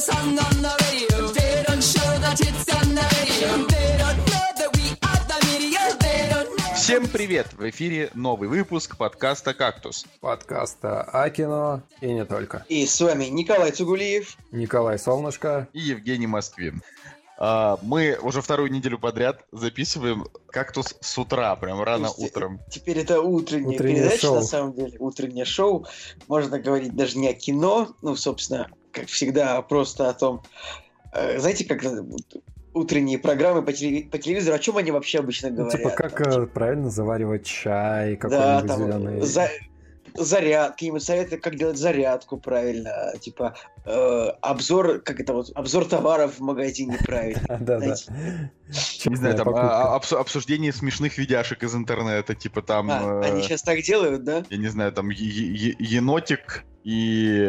song on the radio. They don't show that it's on the radio. They don't know that we are the media. They don't know. Всем привет! В эфире новый выпуск подкаста «Кактус». Подкаста о кино и не только. И с вами Николай Цугулиев, Николай Солнышко И Евгений Москвин. Мы уже вторую неделю подряд записываем «Кактус» с утра, прям рано утром. Теперь это утренняя передача, шоу. На самом деле, утреннее шоу. Можно говорить даже не о кино, ну, собственно, как всегда, просто о том, знаете, как утренние программы по телевизору, о чем они вообще обычно говорят? Типа, как правильно заваривать чай, какой-нибудь зеленый... Заряд, какие-нибудь советы, как делать зарядку правильно, типа обзор товаров в магазине правильно. Да. Не знаю, там обсуждение смешных видяшек из интернета, типа там... Они сейчас так делают, да? Я не знаю, там енотик и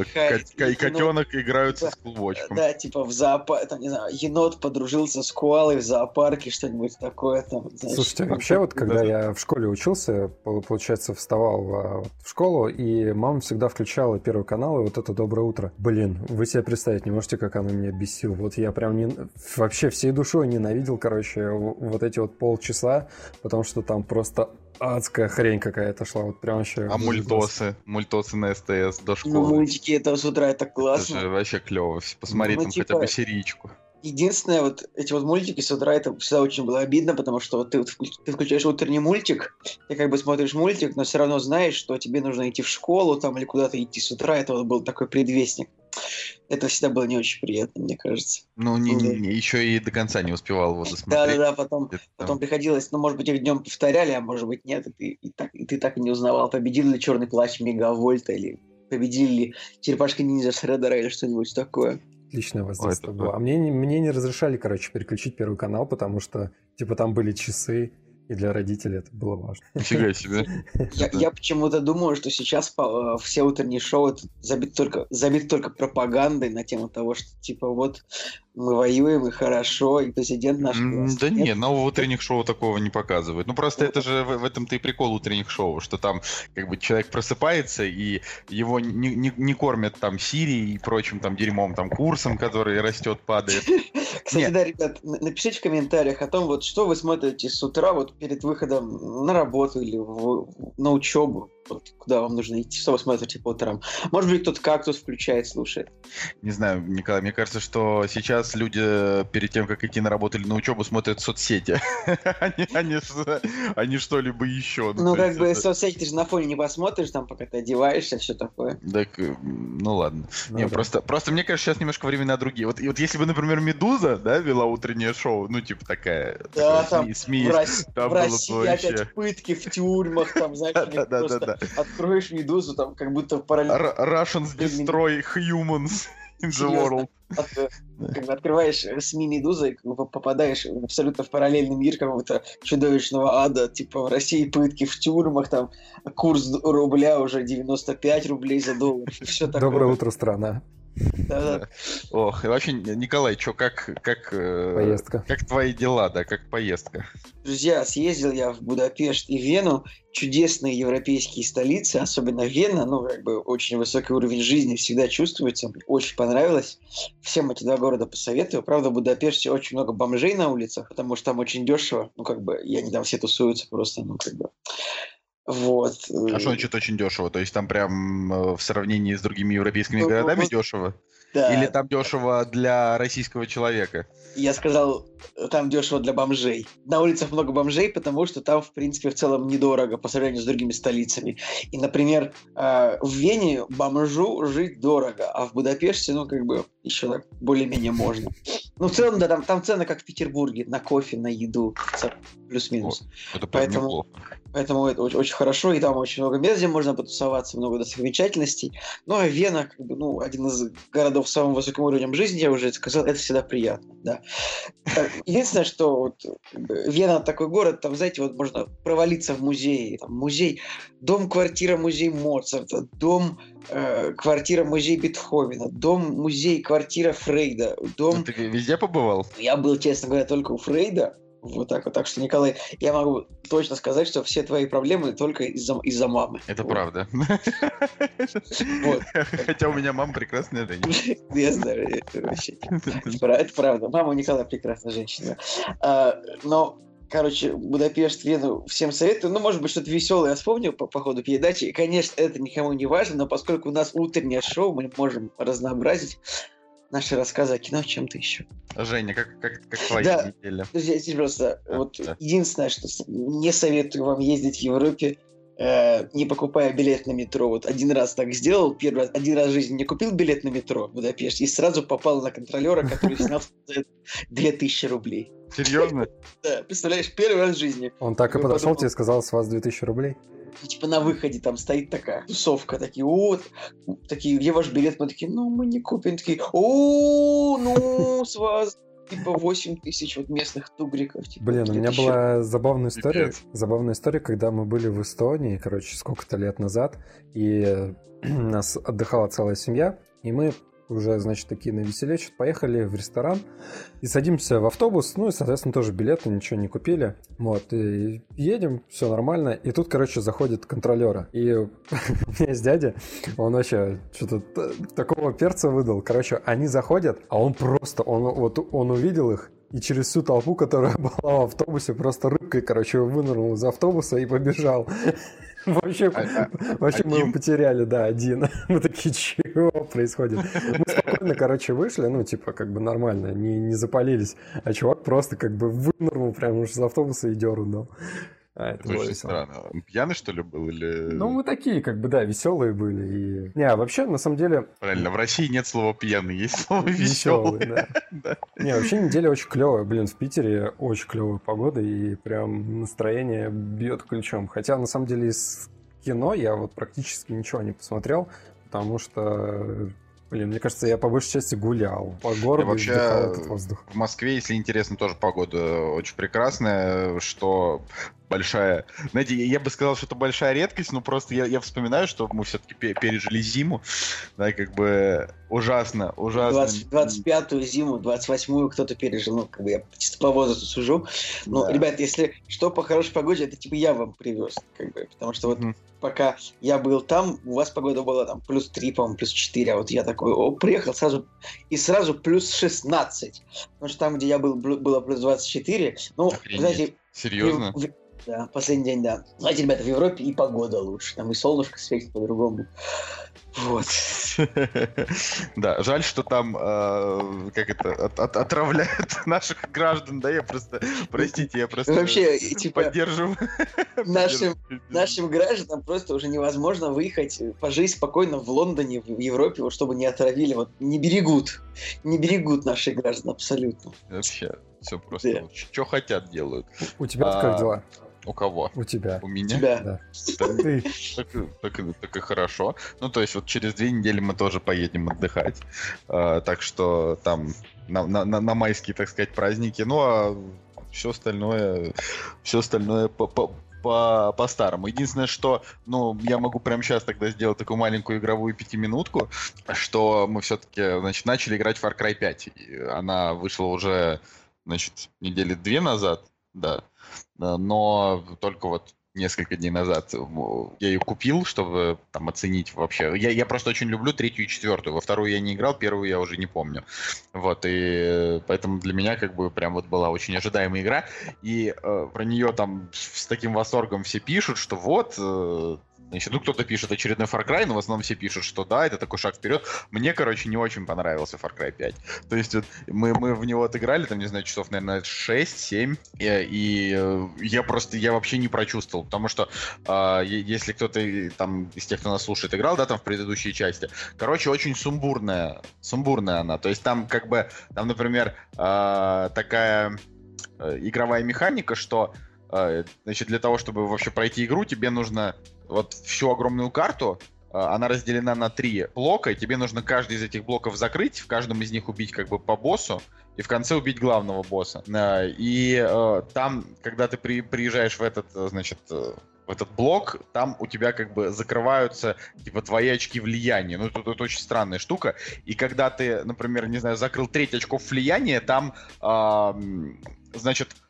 котенок играются с клубочком. Да, типа в зоопарке, там, не знаю, енот подружился с коалой в зоопарке, что-нибудь такое там. Знаешь, слушайте, вообще вот когда я в школе учился, получается, вставал в школу, и мама всегда включала Первый канал, и вот это «Доброе утро». Блин, вы себе представить не можете, как она меня бесила. Вот я прям вообще всей душой ненавидел, короче, вот эти вот полчаса, потому что там просто... адская хрень какая-то шла, вот прям вообще... А мультосы на СТС до школы. Ну, мультики это с утра, это классно. Это же вообще клево. Посмотри там типа, хотя бы серичку. Единственное, вот эти вот мультики с утра, это всегда очень было обидно, потому что вот ты включаешь утренний мультик, ты как бы смотришь мультик, но все равно знаешь, что тебе нужно идти в школу там или куда-то идти с утра, это вот был такой предвестник. Это всегда было не очень приятно, мне кажется. Ну, еще и до конца не успевал его досмотреть. Да, потом приходилось, ну, может быть, их днем повторяли, а может быть, нет, и ты так и не узнавал, победил ли Черный плащ Мегавольта, или победили ли Черепашка-ниндзя Шреддера, или что-нибудь такое. Отличное воздействие было. А мне не разрешали, короче, переключить Первый канал, потому что, типа, там были часы, и для родителей это было важно. Нифига себе. Я почему-то думаю, что сейчас все утренние шоу забиты только пропагандой на тему того, что, типа, вот мы воюем, и хорошо, и президент наш... Да нет, но в утренних шоу такого не показывают. Ну, просто это же в этом-то и прикол утренних шоу, что там, как бы, человек просыпается, и его не кормят там Сирией и прочим там дерьмом, там, курсом, который растет, падает. Кстати, да, ребят, напишите в комментариях о том, вот что вы смотрите с утра, вот перед выходом на работу или на учебу, вот, куда вам нужно идти, что вы смотрите по утрам. Может быть, кто-то «Кактус» включает, слушает. Не знаю, Николай, мне кажется, что сейчас люди перед тем, как идти на работу или на учебу, смотрят соцсети, а не что-либо еще. Ну, как бы соцсети ты же на фоне не посмотришь, там, пока ты одеваешься, все такое. Так, ну ладно. Не, просто мне кажется, сейчас немножко времена другие. Вот если бы, например, «Медуза», да, вела утреннее шоу, ну, типа такая... Да, там в России опять пытки в тюрьмах, там, знаешь, просто откроешь «Медузу», там, как будто в параллельно... Russians destroy humans in the world. Когда открываешь СМИ «Медуза» и попадаешь абсолютно в параллельный мир какого-то чудовищного ада, типа в России пытки в тюрьмах, там курс рубля уже 95 рублей за доллар. Все такое. Доброе утро, страна. Да. Ох, и вообще, Николай, что, как поездка? Как твои дела, да, как поездка? Друзья, съездил я в Будапешт и Вену, чудесные европейские столицы, особенно Вена, ну, как бы очень высокий уровень жизни всегда чувствуется, мне очень понравилось. Всем эти два города посоветую. Правда, в Будапеште очень много бомжей на улицах, потому что там очень дешево, ну, как бы, я не там все тусуются просто, ну, как бы... Вот. А что значит очень дешево? То есть там прям в сравнении с другими европейскими городами дешево? Да. Или там дешево для российского человека? Я сказал, там дешево для бомжей. На улицах много бомжей, потому что там, в принципе, в целом недорого по сравнению с другими столицами. И, например, в Вене бомжу жить дорого, а в Будапеште, ну, как бы, еще так более-менее можно. Ну, в целом, да, там цены как в Петербурге, на кофе, на еду, плюс-минус. Это поэтому это очень хорошо, и там очень много мест, где можно потусоваться, много достопримечательностей. Ну, а Вена, как бы, ну, один из городов с самым высоким уровнем жизни, я уже сказал, это всегда приятно, да. Единственное, что вот, Вена такой город, там, знаете, вот можно провалиться в музей, там, музей, дом, квартира, музей Моцарта, дом, квартира, музей Бетховена, дом, музей, квартира Фрейда, дом... Ты везде побывал? Я был, честно говоря, только у Фрейда, Вот так вот. Так что, Николай, я могу точно сказать, что все твои проблемы только из-за мамы. Это Вот. правда. Вот. Хотя у меня мама прекрасная женщина. Я знаю, это вообще. Это правда. Мама у Николая прекрасная женщина. Но, короче, Будапешт, Вену всем советую. Ну, может быть, что-то веселое я вспомнил по ходу передачи. И, конечно, это никому не важно, но поскольку у нас утреннее шоу, мы можем разнообразить наши рассказы о кино чем-то еще. Женя, как твоя Да. неделя? Друзья, здесь просто вот Да. единственное, что не советую вам ездить в Европе, не покупая билет на метро. Вот один раз так сделал, один раз в жизни не купил билет на метро в Будапеште и сразу попал на контролера, который снял за 2000 рублей. Серьезно? Да, представляешь, первый раз в жизни. Он так и Я подошел подумал, тебе и сказал, с вас 2000 рублей. типа на выходе там стоит такая тусовка, такие, вот, такие, где ваш билет? Мы такие, ну, мы не купим. Такие, ну, с вас, типа, 8000 вот местных тугриков. Типа, Блин, у меня 2000. была забавная история. Пипец. Забавная история, когда мы были в Эстонии, короче, сколько-то лет назад, и у нас отдыхала целая семья, и мы уже, значит, такие навеселее, что-то поехали в ресторан и садимся в автобус, ну и, соответственно, тоже билеты, ничего не купили. Вот, и едем, все нормально, и тут, короче, заходит контролера. И у меня есть дядя, он вообще что-то такого перца выдал. Короче, они заходят, а он просто, он увидел их, и через всю толпу, которая была в автобусе, просто рыбкой, короче, вынырнул из автобуса и побежал. Вообще мы его потеряли, да, один. Мы такие, чего происходит? Мы спокойно, короче, вышли, ну, типа, как бы нормально, не запалились. А чувак просто как бы вынырнул прямо из автобуса и дёру дал. Это было очень весело. странно. Он пьяный, что ли, был? Или... Ну, мы такие, как бы, да, веселые были. И... Не, а вообще, на самом деле... Правильно, в России нет слова пьяный, есть слово Веселый, веселый. да. Не, вообще неделя очень клевая. Блин, в Питере очень клевая погода, и прям настроение бьет ключом. Хотя, на самом деле, из кино я вот практически ничего не посмотрел, потому что... Блин, мне кажется, я по большей части гулял по городу и Вообще, вдыхал этот воздух. в Москве, если интересно, тоже погода очень прекрасная, что большая... Знаете, я бы сказал, что это большая редкость, но просто я вспоминаю, что мы все-таки пережили зиму, да, как бы ужасно. 25-ю зиму, 28-ю кто-то пережил, ну, как бы я чисто по возрасту сужу. Ну, Да. ребят, если что по хорошей погоде, это типа я вам привез, как бы, потому что вот пока я был там, у вас погода была там плюс 3, по-моему, плюс 4, а вот я такой, приехал сразу плюс 16, потому что там, где я был, было плюс 24, ну, Охренеть. знаете... Серьезно? Да, последний день, да. Знаете, ребята, в Европе и погода лучше, там и солнышко светит по-другому. Вот. Да, жаль, что там отравляют наших граждан, да, простите, я просто Вообще, типа, поддерживаю. нашим гражданам просто уже невозможно выехать, пожить спокойно в Лондоне, в Европе, вот чтобы не отравили, вот не берегут наши граждан абсолютно. Вообще, все просто, что хотят, делают. У тебя как дела? У кого? У тебя. У меня? Тебя. Да. Ты. Так и хорошо. Ну, то есть вот через 2 недели мы тоже поедем отдыхать. Так что там на майские, так сказать, праздники. Ну, а все остальное по-старому. Единственное, что, ну, я могу прямо сейчас тогда сделать такую маленькую игровую 5-минутку, что мы все-таки, значит, начали играть в Far Cry 5. И она вышла уже, значит, недели 2 назад, да. Но только вот несколько дней назад я ее купил, чтобы там оценить вообще. Я просто очень люблю 3-ю и 4-ю. Во 2-ю я не играл, 1-ю я уже не помню. Вот, и поэтому для меня как бы прям вот была очень ожидаемая игра. И про нее там с таким восторгом все пишут, что вот... Значит, ну, кто-то пишет очередной Far Cry, но в основном все пишут, что да, это такой шаг вперед. Мне, короче, не очень понравился Far Cry 5. То есть вот, мы в него отыграли, там, не знаю, часов, наверное, 6-7, и я вообще не прочувствовал, потому что если кто-то там из тех, кто нас слушает, играл, да, там в предыдущей части, короче, очень сумбурная она. То есть там как бы, там, например, такая игровая механика, что значит, для того, чтобы вообще пройти игру, тебе нужно вот всю огромную карту, она разделена на 3 блока, и тебе нужно каждый из этих блоков закрыть, в каждом из них убить как бы по боссу, и в конце убить главного босса. И там, когда ты приезжаешь в этот, значит, в этот блок, там у тебя как бы закрываются типа твои очки влияния. Ну, это очень странная штука. И когда ты, например, не знаю, закрыл 3 очков влияния, там, значит,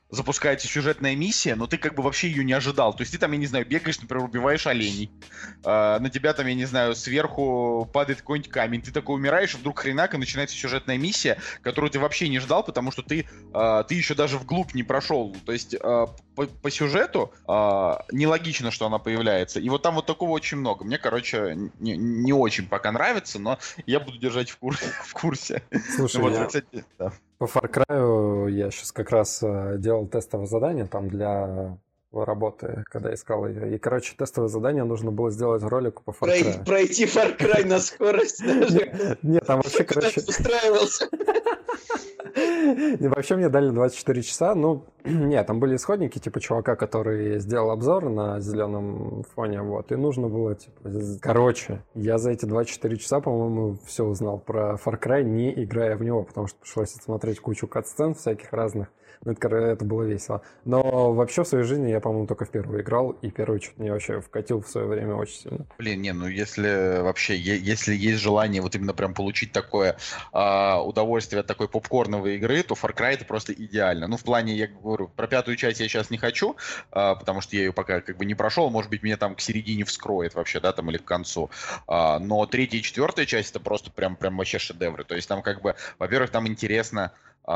запускается сюжетная миссия, но ты как бы вообще ее не ожидал. То есть ты там, я не знаю, бегаешь, например, убиваешь оленей. На тебя там, я не знаю, сверху падает какой-нибудь камень. Ты такой умираешь, и вдруг хренак, и начинается сюжетная миссия, которую ты вообще не ждал, потому что ты еще даже вглубь не прошел. То есть по сюжету нелогично, что она появляется. И вот там вот такого очень много. Мне, короче, не очень пока нравится, но я буду держать в курсе. Слушай, Вот, кстати, да. По Far Cry я сейчас как раз делал тестовое задание там для работы, когда искал ее. И, короче, тестовое задание нужно было сделать ролик по Far Cry. Пройти Far Cry на скорость даже. Нет, там вообще, короче... устраивался. Вообще мне дали 24 часа. Ну, нет, там были исходники, типа чувака, который сделал обзор на зеленом фоне, вот. И нужно было, типа... Короче, я за эти 24 часа, по-моему, все узнал про Far Cry, не играя в него, потому что пришлось смотреть кучу катсцен всяких разных. Ну, это было весело. Но вообще в своей жизни я, по-моему, только в первую играл, и первый что-то мне вообще вкатил в свое время очень сильно. Блин, не, ну если вообще, если есть желание вот именно прям получить такое удовольствие от такой попкорновой игры, то Far Cry это просто идеально. Ну, в плане, я говорю, про пятую часть я сейчас не хочу, потому что я ее пока как бы не прошел, может быть, меня там к середине вскроет вообще, да, там, или к концу. Но третья и четвертая часть это просто прям вообще шедевры. То есть там как бы, во-первых, там интересно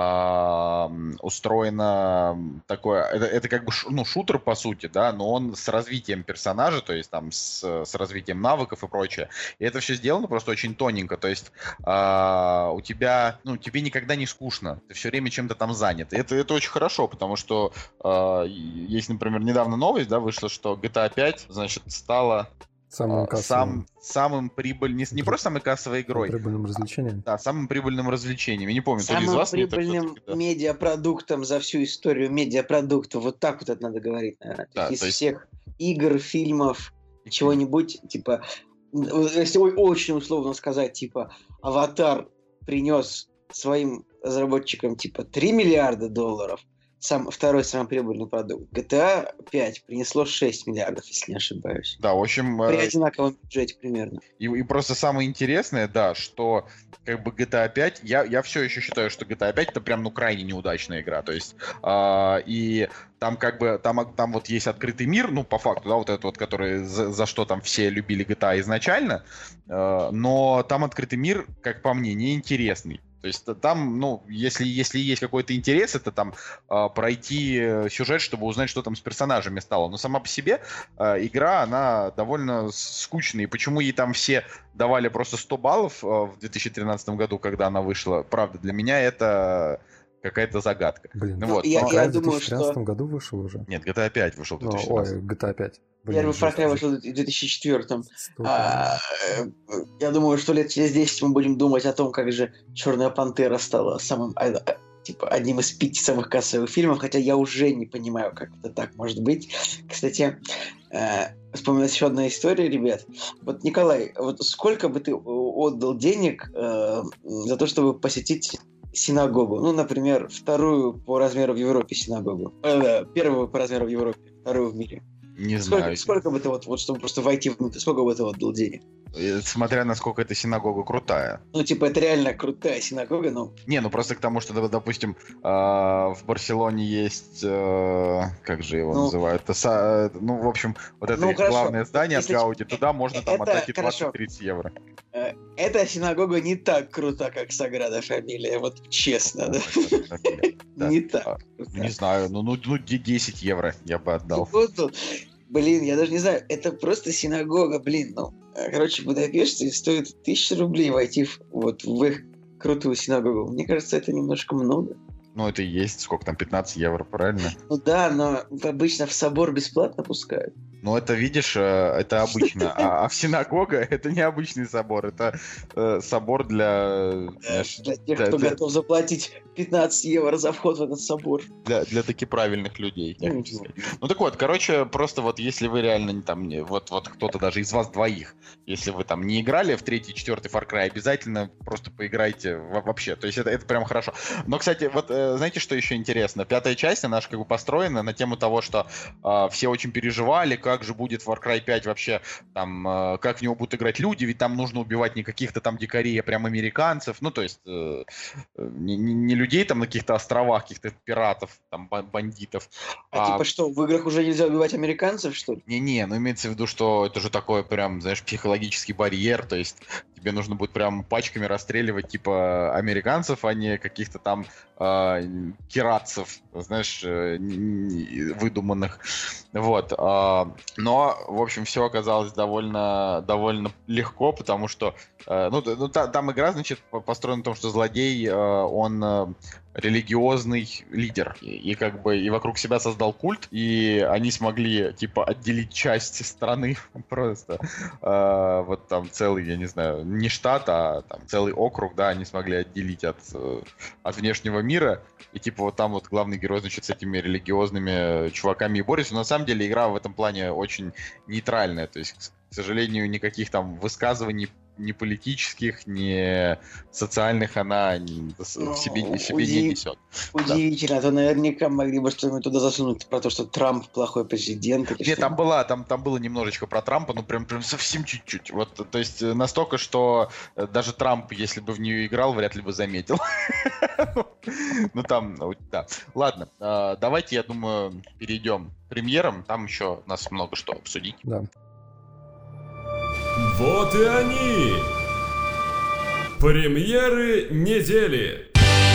устроено такое, это как бы шутер по сути, да, но он с развитием персонажа, то есть там с развитием навыков и прочее. И это все сделано просто очень тоненько, то есть у тебя, тебе никогда не скучно, ты все время чем-то там занят. И это очень хорошо, потому что есть, например, недавно новость, да, вышла, что GTA 5, значит, стала самым прибыльным, не просто самой кассовой игрой. Прибыльным развлечением. Да, самым прибыльным развлечением. Я не помню, то ли из Самым вас... прибыльным медиапродуктом за всю историю медиапродукта. Вот так вот это надо говорить, наверное. Да, из всех игр, фильмов, чего-нибудь, типа, если очень условно сказать, типа, «Аватар» принес своим разработчикам, типа, 3 миллиарда долларов, второй самый прибыльный продукт. GTA 5 принесло 6 миллиардов, если не ошибаюсь. Да, в общем... При одинаковом бюджете примерно. И просто самое интересное, да, что как бы GTA 5, я все еще считаю, что GTA 5 это прям, крайне неудачная игра. То есть, и там как бы, там вот есть открытый мир, по факту, да, вот этот вот, который, за что там все любили GTA изначально, но там открытый мир, как по мне, неинтересный. То есть там, если есть какой-то интерес, это там пройти сюжет, чтобы узнать, что там с персонажами стало. Но сама по себе игра, она довольно скучная. И почему ей там все давали просто 100 баллов в 2013 году, когда она вышла, правда, для меня это какая-то загадка. Блин, я думаю, в 2013 году вышел уже. Нет, GTA 5 вышел в 2013. Ой, GTA 5. Первый Far Cry вышел в 2004. Я думаю, что лет через 10 мы будем думать о том, как же «Черная пантера» стала одним из 5 самых кассовых фильмов, хотя я уже не понимаю, как это так может быть. Кстати, вспомнилась еще одна история, ребят. Вот, Николай, вот сколько бы ты отдал денег за то, чтобы посетить синагогу? Ну, например, вторую по размеру в Европе синагогу. Первую по размеру в Европе, вторую в мире. Не знаю. Сколько бы ты чтобы просто войти внутрь, сколько бы ты отдал денег? Смотря насколько эта синагога крутая. Это реально крутая синагога, но... Не, просто к тому, что, допустим, в Барселоне есть... как же его называют? В общем, вот это их главное здание в Гауди, туда можно там отдать и 20-30 евро. Эта синагога не так крута, как Саграда Фамилия, вот честно, да? Не так. Не знаю, 10 евро я бы отдал. Блин, я даже не знаю, это просто синагога, блин, короче, в Будапеште стоит 1000 рублей войти в их крутую синагогу. Мне кажется, это немножко много. Это и есть, сколько там, 15 евро, правильно? Да, но обычно в собор бесплатно пускают. Это, видишь, это обычно. А в синагога это не обычный собор, это собор для... Для тех, кто готов заплатить 15 евро за вход в этот собор. Для таки правильных людей. Так вот, короче, просто вот если вы реально там, вот кто-то даже из вас двоих, если вы там не играли в 3-й, 4-й Far Cry, обязательно просто поиграйте вообще. То есть это прям хорошо. Но, кстати, вот знаете, что еще интересно? 5-я часть, она же как бы построена на тему того, что все очень переживали, как как же будет Far Cry 5 вообще, там, как в него будут играть люди, ведь там нужно убивать не каких-то там дикарей, а прям американцев, ну, то есть не людей там на каких-то островах, каких-то пиратов, там, бандитов. Типа что, в играх уже нельзя убивать американцев, что ли? Не, ну имеется в виду, что это же такой прям, знаешь, психологический барьер, то есть тебе нужно будет прям пачками расстреливать типа американцев, а не каких-то там киратцев, знаешь, выдуманных. Вот. Но, в общем, все оказалось довольно легко, потому что там игра, значит, построена на том, что злодей, он религиозный лидер. И как бы и вокруг себя создал культ, и они смогли, типа, отделить часть страны просто. Вот там целый, я не знаю, не штат, а там целый округ, да, они смогли отделить от внешнего мира. И типа вот там вот главный герой, значит, с этими религиозными чуваками и борется. Но на самом деле игра в этом плане очень нейтральная. То есть, к сожалению, никаких там высказываний ни политических, ни социальных она в себе не несет. Удивительно, то наверняка могли бы что-нибудь туда засунуть про то, что Трамп плохой президент. Нет, там было немножечко про Трампа, ну прям совсем чуть-чуть. Вот, то есть настолько, что даже Трамп, если бы в нее играл, вряд ли бы заметил. Ну там, да. Ладно, давайте, я думаю, перейдем к премьерам. Там еще у нас много что обсудить. Да. Вот и они! Премьеры недели!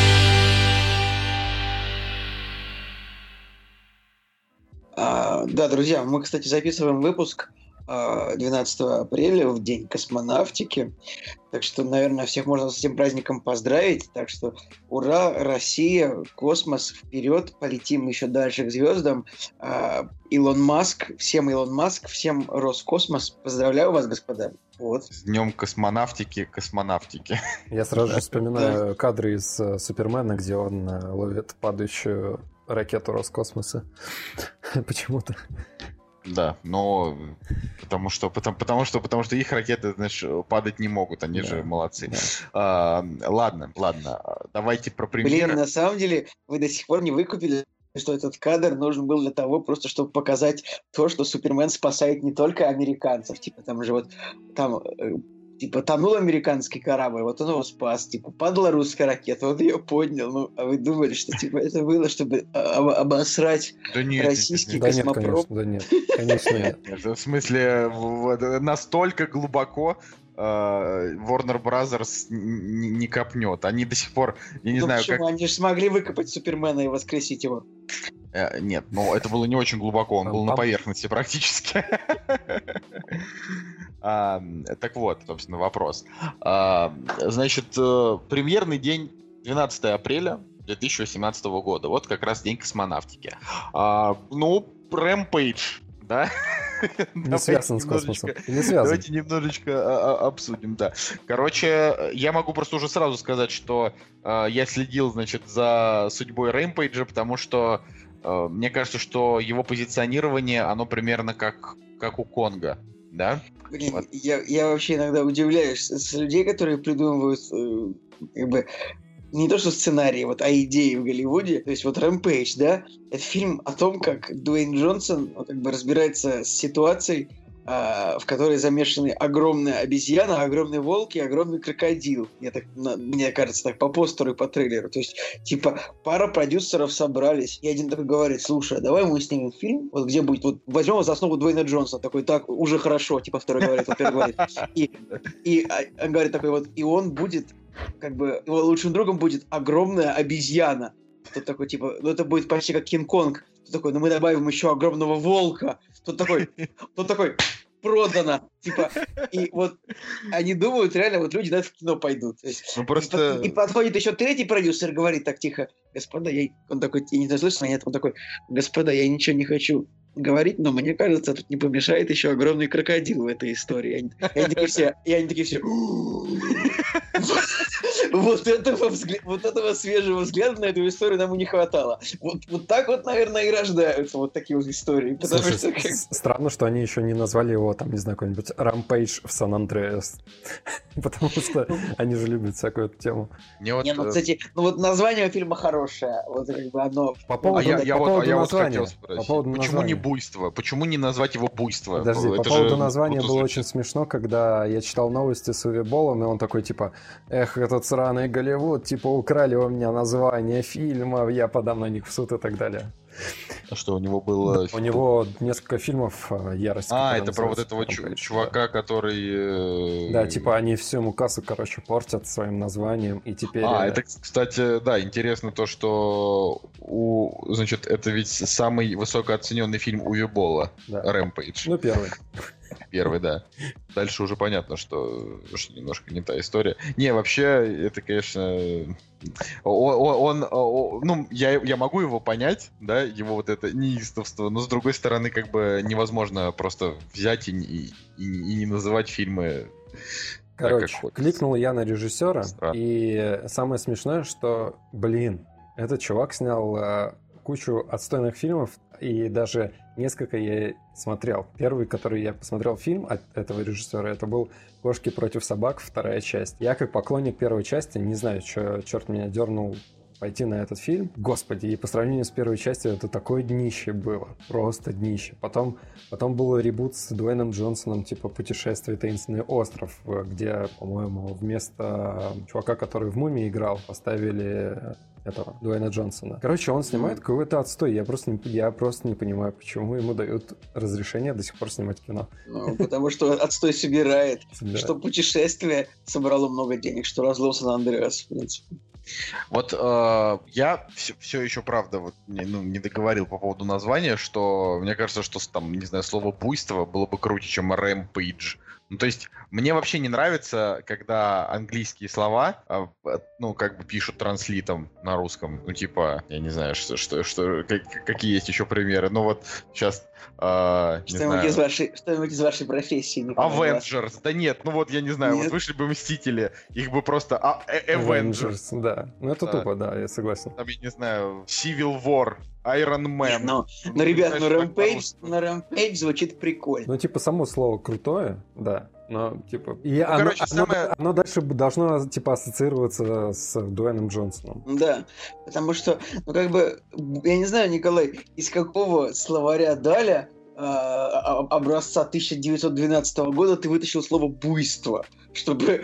Да, друзья, мы, кстати, записываем выпуск 12 апреля, в День космонавтики. Так что, наверное, всех можно с этим праздником поздравить. Так что ура, Россия, космос, вперед, полетим еще дальше к звездам. Илон Маск, всем Роскосмос. Поздравляю вас, господа. Вот. С днем космонавтики. Я сразу же вспоминаю кадры из Супермена, где он ловит падающую ракету Роскосмоса. Почему-то. Да, но потому что их ракеты, знаешь, падать не могут, они же молодцы. Да. Ладно, давайте про премьеры. Блин, на самом деле вы до сих пор не выкупили, что этот кадр нужен был для того, просто чтобы показать то, что Супермен спасает не только американцев, типа там же вот там типа тонул американский корабль, вот он его спас, типа падала русская ракета, он ее поднял, ну, а вы думали, что типа это было, чтобы обосрать российский космопром? Да нет, конечно нет. В смысле, настолько глубоко Warner Brothers не копнет. Они до сих пор, я не знаю, почему? Они же смогли выкопать Супермена и воскресить его. Нет, ну это было не очень глубоко, он был на поверхности практически. Так вот, собственно, вопрос. Значит, премьерный день 12 апреля 2018 года. Вот как раз День космонавтики. Ну, Rampage, да? Не связан с космосом. Не связан. Давайте немножечко обсудим, да. Короче, я могу просто уже сразу сказать, что я следил, значит, за судьбой Rampage, потому что мне кажется, что его позиционирование, оно примерно как у Конга, да? Блин, вот. Я вообще иногда удивляюсь с людей, которые придумывают как бы не то что сценарии, вот, а идеи в Голливуде. То есть вот Rampage, да, это фильм о том, как Дуэйн Джонсон как бы разбирается с ситуацией, в которой замешаны огромная обезьяна, огромный волк и огромный крокодил. Мне кажется, так по постеру и по трейлеру. То есть, типа, пара продюсеров собрались, и один такой говорит: слушай, давай мы снимем фильм, вот где будет, вот возьмем за основу Дуэйна Джонсона, такой, так, уже хорошо, типа, второй говорит, вот первый говорит. И он говорит такой вот, и он будет, как бы, его лучшим другом будет огромная обезьяна. Тот такой, типа, ну это будет почти как Кинг-Конг. Тот такой, ну мы добавим еще огромного волка. Тот такой, продано. Типа, и вот они думают, реально, вот люди на это в кино пойдут. То есть, ну, просто... и подходит еще третий продюсер, говорит так тихо: господа, он такой, я не знаю, слышно, нет, он такой: господа, я ничего не хочу говорить, но мне кажется, тут не помешает еще огромный крокодил в этой истории. И они такие все... Вот этого свежего взгляда на эту историю нам и не хватало. Вот так вот, наверное, и рождаются вот такие вот истории. Слушай, странно, что они еще не назвали его, там, не знаю, какой-нибудь Rampage в Сан-Андреас. Потому что они же любят всякую эту тему. Мне вот, Не, ну, кстати, ну вот название фильма хорошее. Вот как бы оно... По поводу, я по поводу вот названия. хотел По спросить, поводу почему не названия. буйство? Почему не назвать его буйство? Подожди, по Это поводу же названия круто было звучит. очень смешно, когда я читал новости с Уви Боллом, и он такой, типа, эх, этот сраный Голливуд, типа, украли у меня название фильма, я подам на них в суд и так далее. А что, у него было... У него несколько фильмов «Ярость». которые это про вот называются этого Rampage, чувака, который... Да, типа, они всю ему кассу, короче, портят своим названием, и теперь... Это, кстати, да, интересно то, что значит, это ведь самый высокооцененный фильм Уви Болла, Да. Rampage. Ну, первый. Первый, да. Дальше уже понятно, что немножко не та история. Не, вообще, это, конечно... я могу его понять, да, его вот это неистовство, но, с другой стороны, как бы невозможно просто взять и не называть фильмы... Короче, как хочется. кликнул я на режиссера, Странно. и самое смешное, что, этот чувак снял кучу отстойных фильмов, и даже несколько я смотрел. Первый, который я посмотрел фильм от этого режиссера, это был «Кошки против собак», вторая часть. Я как поклонник первой части, не знаю, что черт меня дернул пойти на этот фильм. Господи, и по сравнению с первой частью это такое днище было. Просто днище. Потом был ребут с Дуэйном Джонсоном, типа «Путешествие. Таинственный остров», где, по-моему, вместо чувака, который в «Мумии» играл, поставили этого Дуэйна Джонсона. Короче, он снимает какой-то отстой. Я просто не понимаю, почему ему дают разрешение до сих пор снимать кино. Ну, потому что отстой собирает. Собирает. Что «Путешествие» собрало много денег, что «Разлом Сан-Андреас», в принципе. Вот я все еще, правда, вот, не договорил по поводу названия, что мне кажется, что там, не знаю, слово «буйство» было бы круче, чем «Rampage». Ну, то есть, мне вообще не нравится, когда английские слова, как бы пишут транслитом на русском. Ну, типа, я не знаю, какие есть еще примеры. Ну, вот сейчас, не знаю... Что-нибудь из вашей профессии. Николай Власов. Avengers. Да нет, ну вот, я не знаю, Нет. вот вышли бы Мстители, их бы просто... Avengers. Да. Ну, это Да. тупо, да, я согласен. Там, я не знаю, Civil War, Iron Man. Но, Ну, ребят, знаешь, так Rampage, по-русски. Rampage звучит прикольно. Ну, типа, само слово крутое, да. Но, типа... И короче, оно дальше должно, типа, ассоциироваться с Дуэйном Джонсоном. Да, потому что, я не знаю, Николай, из какого словаря Даля образца 1912 года ты вытащил слово «буйство», чтобы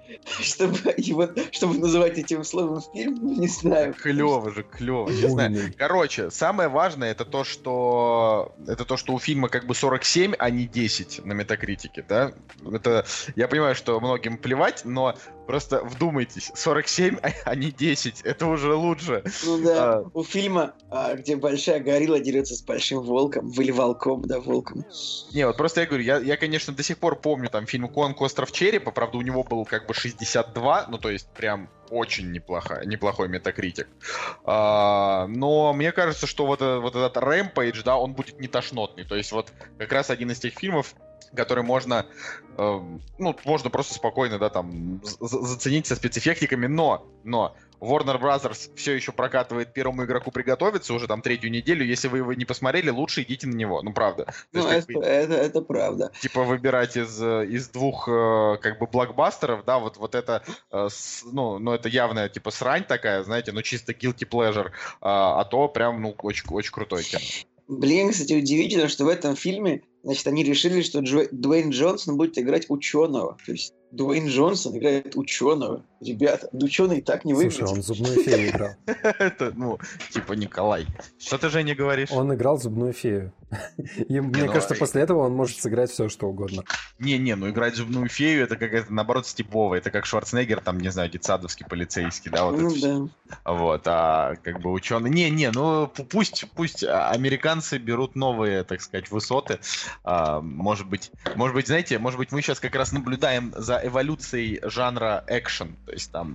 называть этим словом фильм, не знаю. Клево же, клево. Не знаю. Буйный. Короче, самое важное это то, что у фильма как бы 47, а не 10 на Метакритике, да? Это я понимаю, что многим плевать, но просто вдумайтесь, 47, а не 10, это уже лучше. Ну да, у фильма, где большая горилла дерется с большим волком, или волком, да, волком. Не, вот просто я говорю, я, конечно, до сих пор помню там фильм «Конг. Остров черепа», правда, у него был как бы 62, ну, то есть прям очень неплохой метакритик. Но мне кажется, что вот этот Rampage, да, он будет не тошнотный, то есть вот как раз один из тех фильмов, который можно просто спокойно, да, там, заценить со спецэффектиками, но Warner Brothers все еще прокатывает «Первому игроку приготовиться» уже там 3-ю неделю. Если вы его не посмотрели, лучше идите на него. Ну, правда. То есть, Это правда. типа выбирать из двух как бы блокбастеров, да, вот это, это явная типа срань такая, знаете, чисто guilty pleasure, а то прям, очень, очень крутой кино. Блин, кстати, удивительно, что в этом фильме, значит, они решили, что Дуэйн Джонсон будет играть ученого. То есть Дуэйн Джонсон играет ученого. Ребята, ученый так не выглядит. Слушай, он зубную фею играл. Это, типа Николай. Что ты, Женя, говоришь? Он играл зубную фею. И мне кажется, после этого он может сыграть все, что угодно. Играть зубную фею, это какая-то, наоборот, степовая. Это как Шварценеггер, там, не знаю, детсадовский полицейский, да, вот Ну это всё. да. Вот, а как бы ученый... пусть американцы берут новые, так сказать, высоты. Может быть, знаете, мы сейчас как раз наблюдаем за эволюцией жанра экшен. То есть там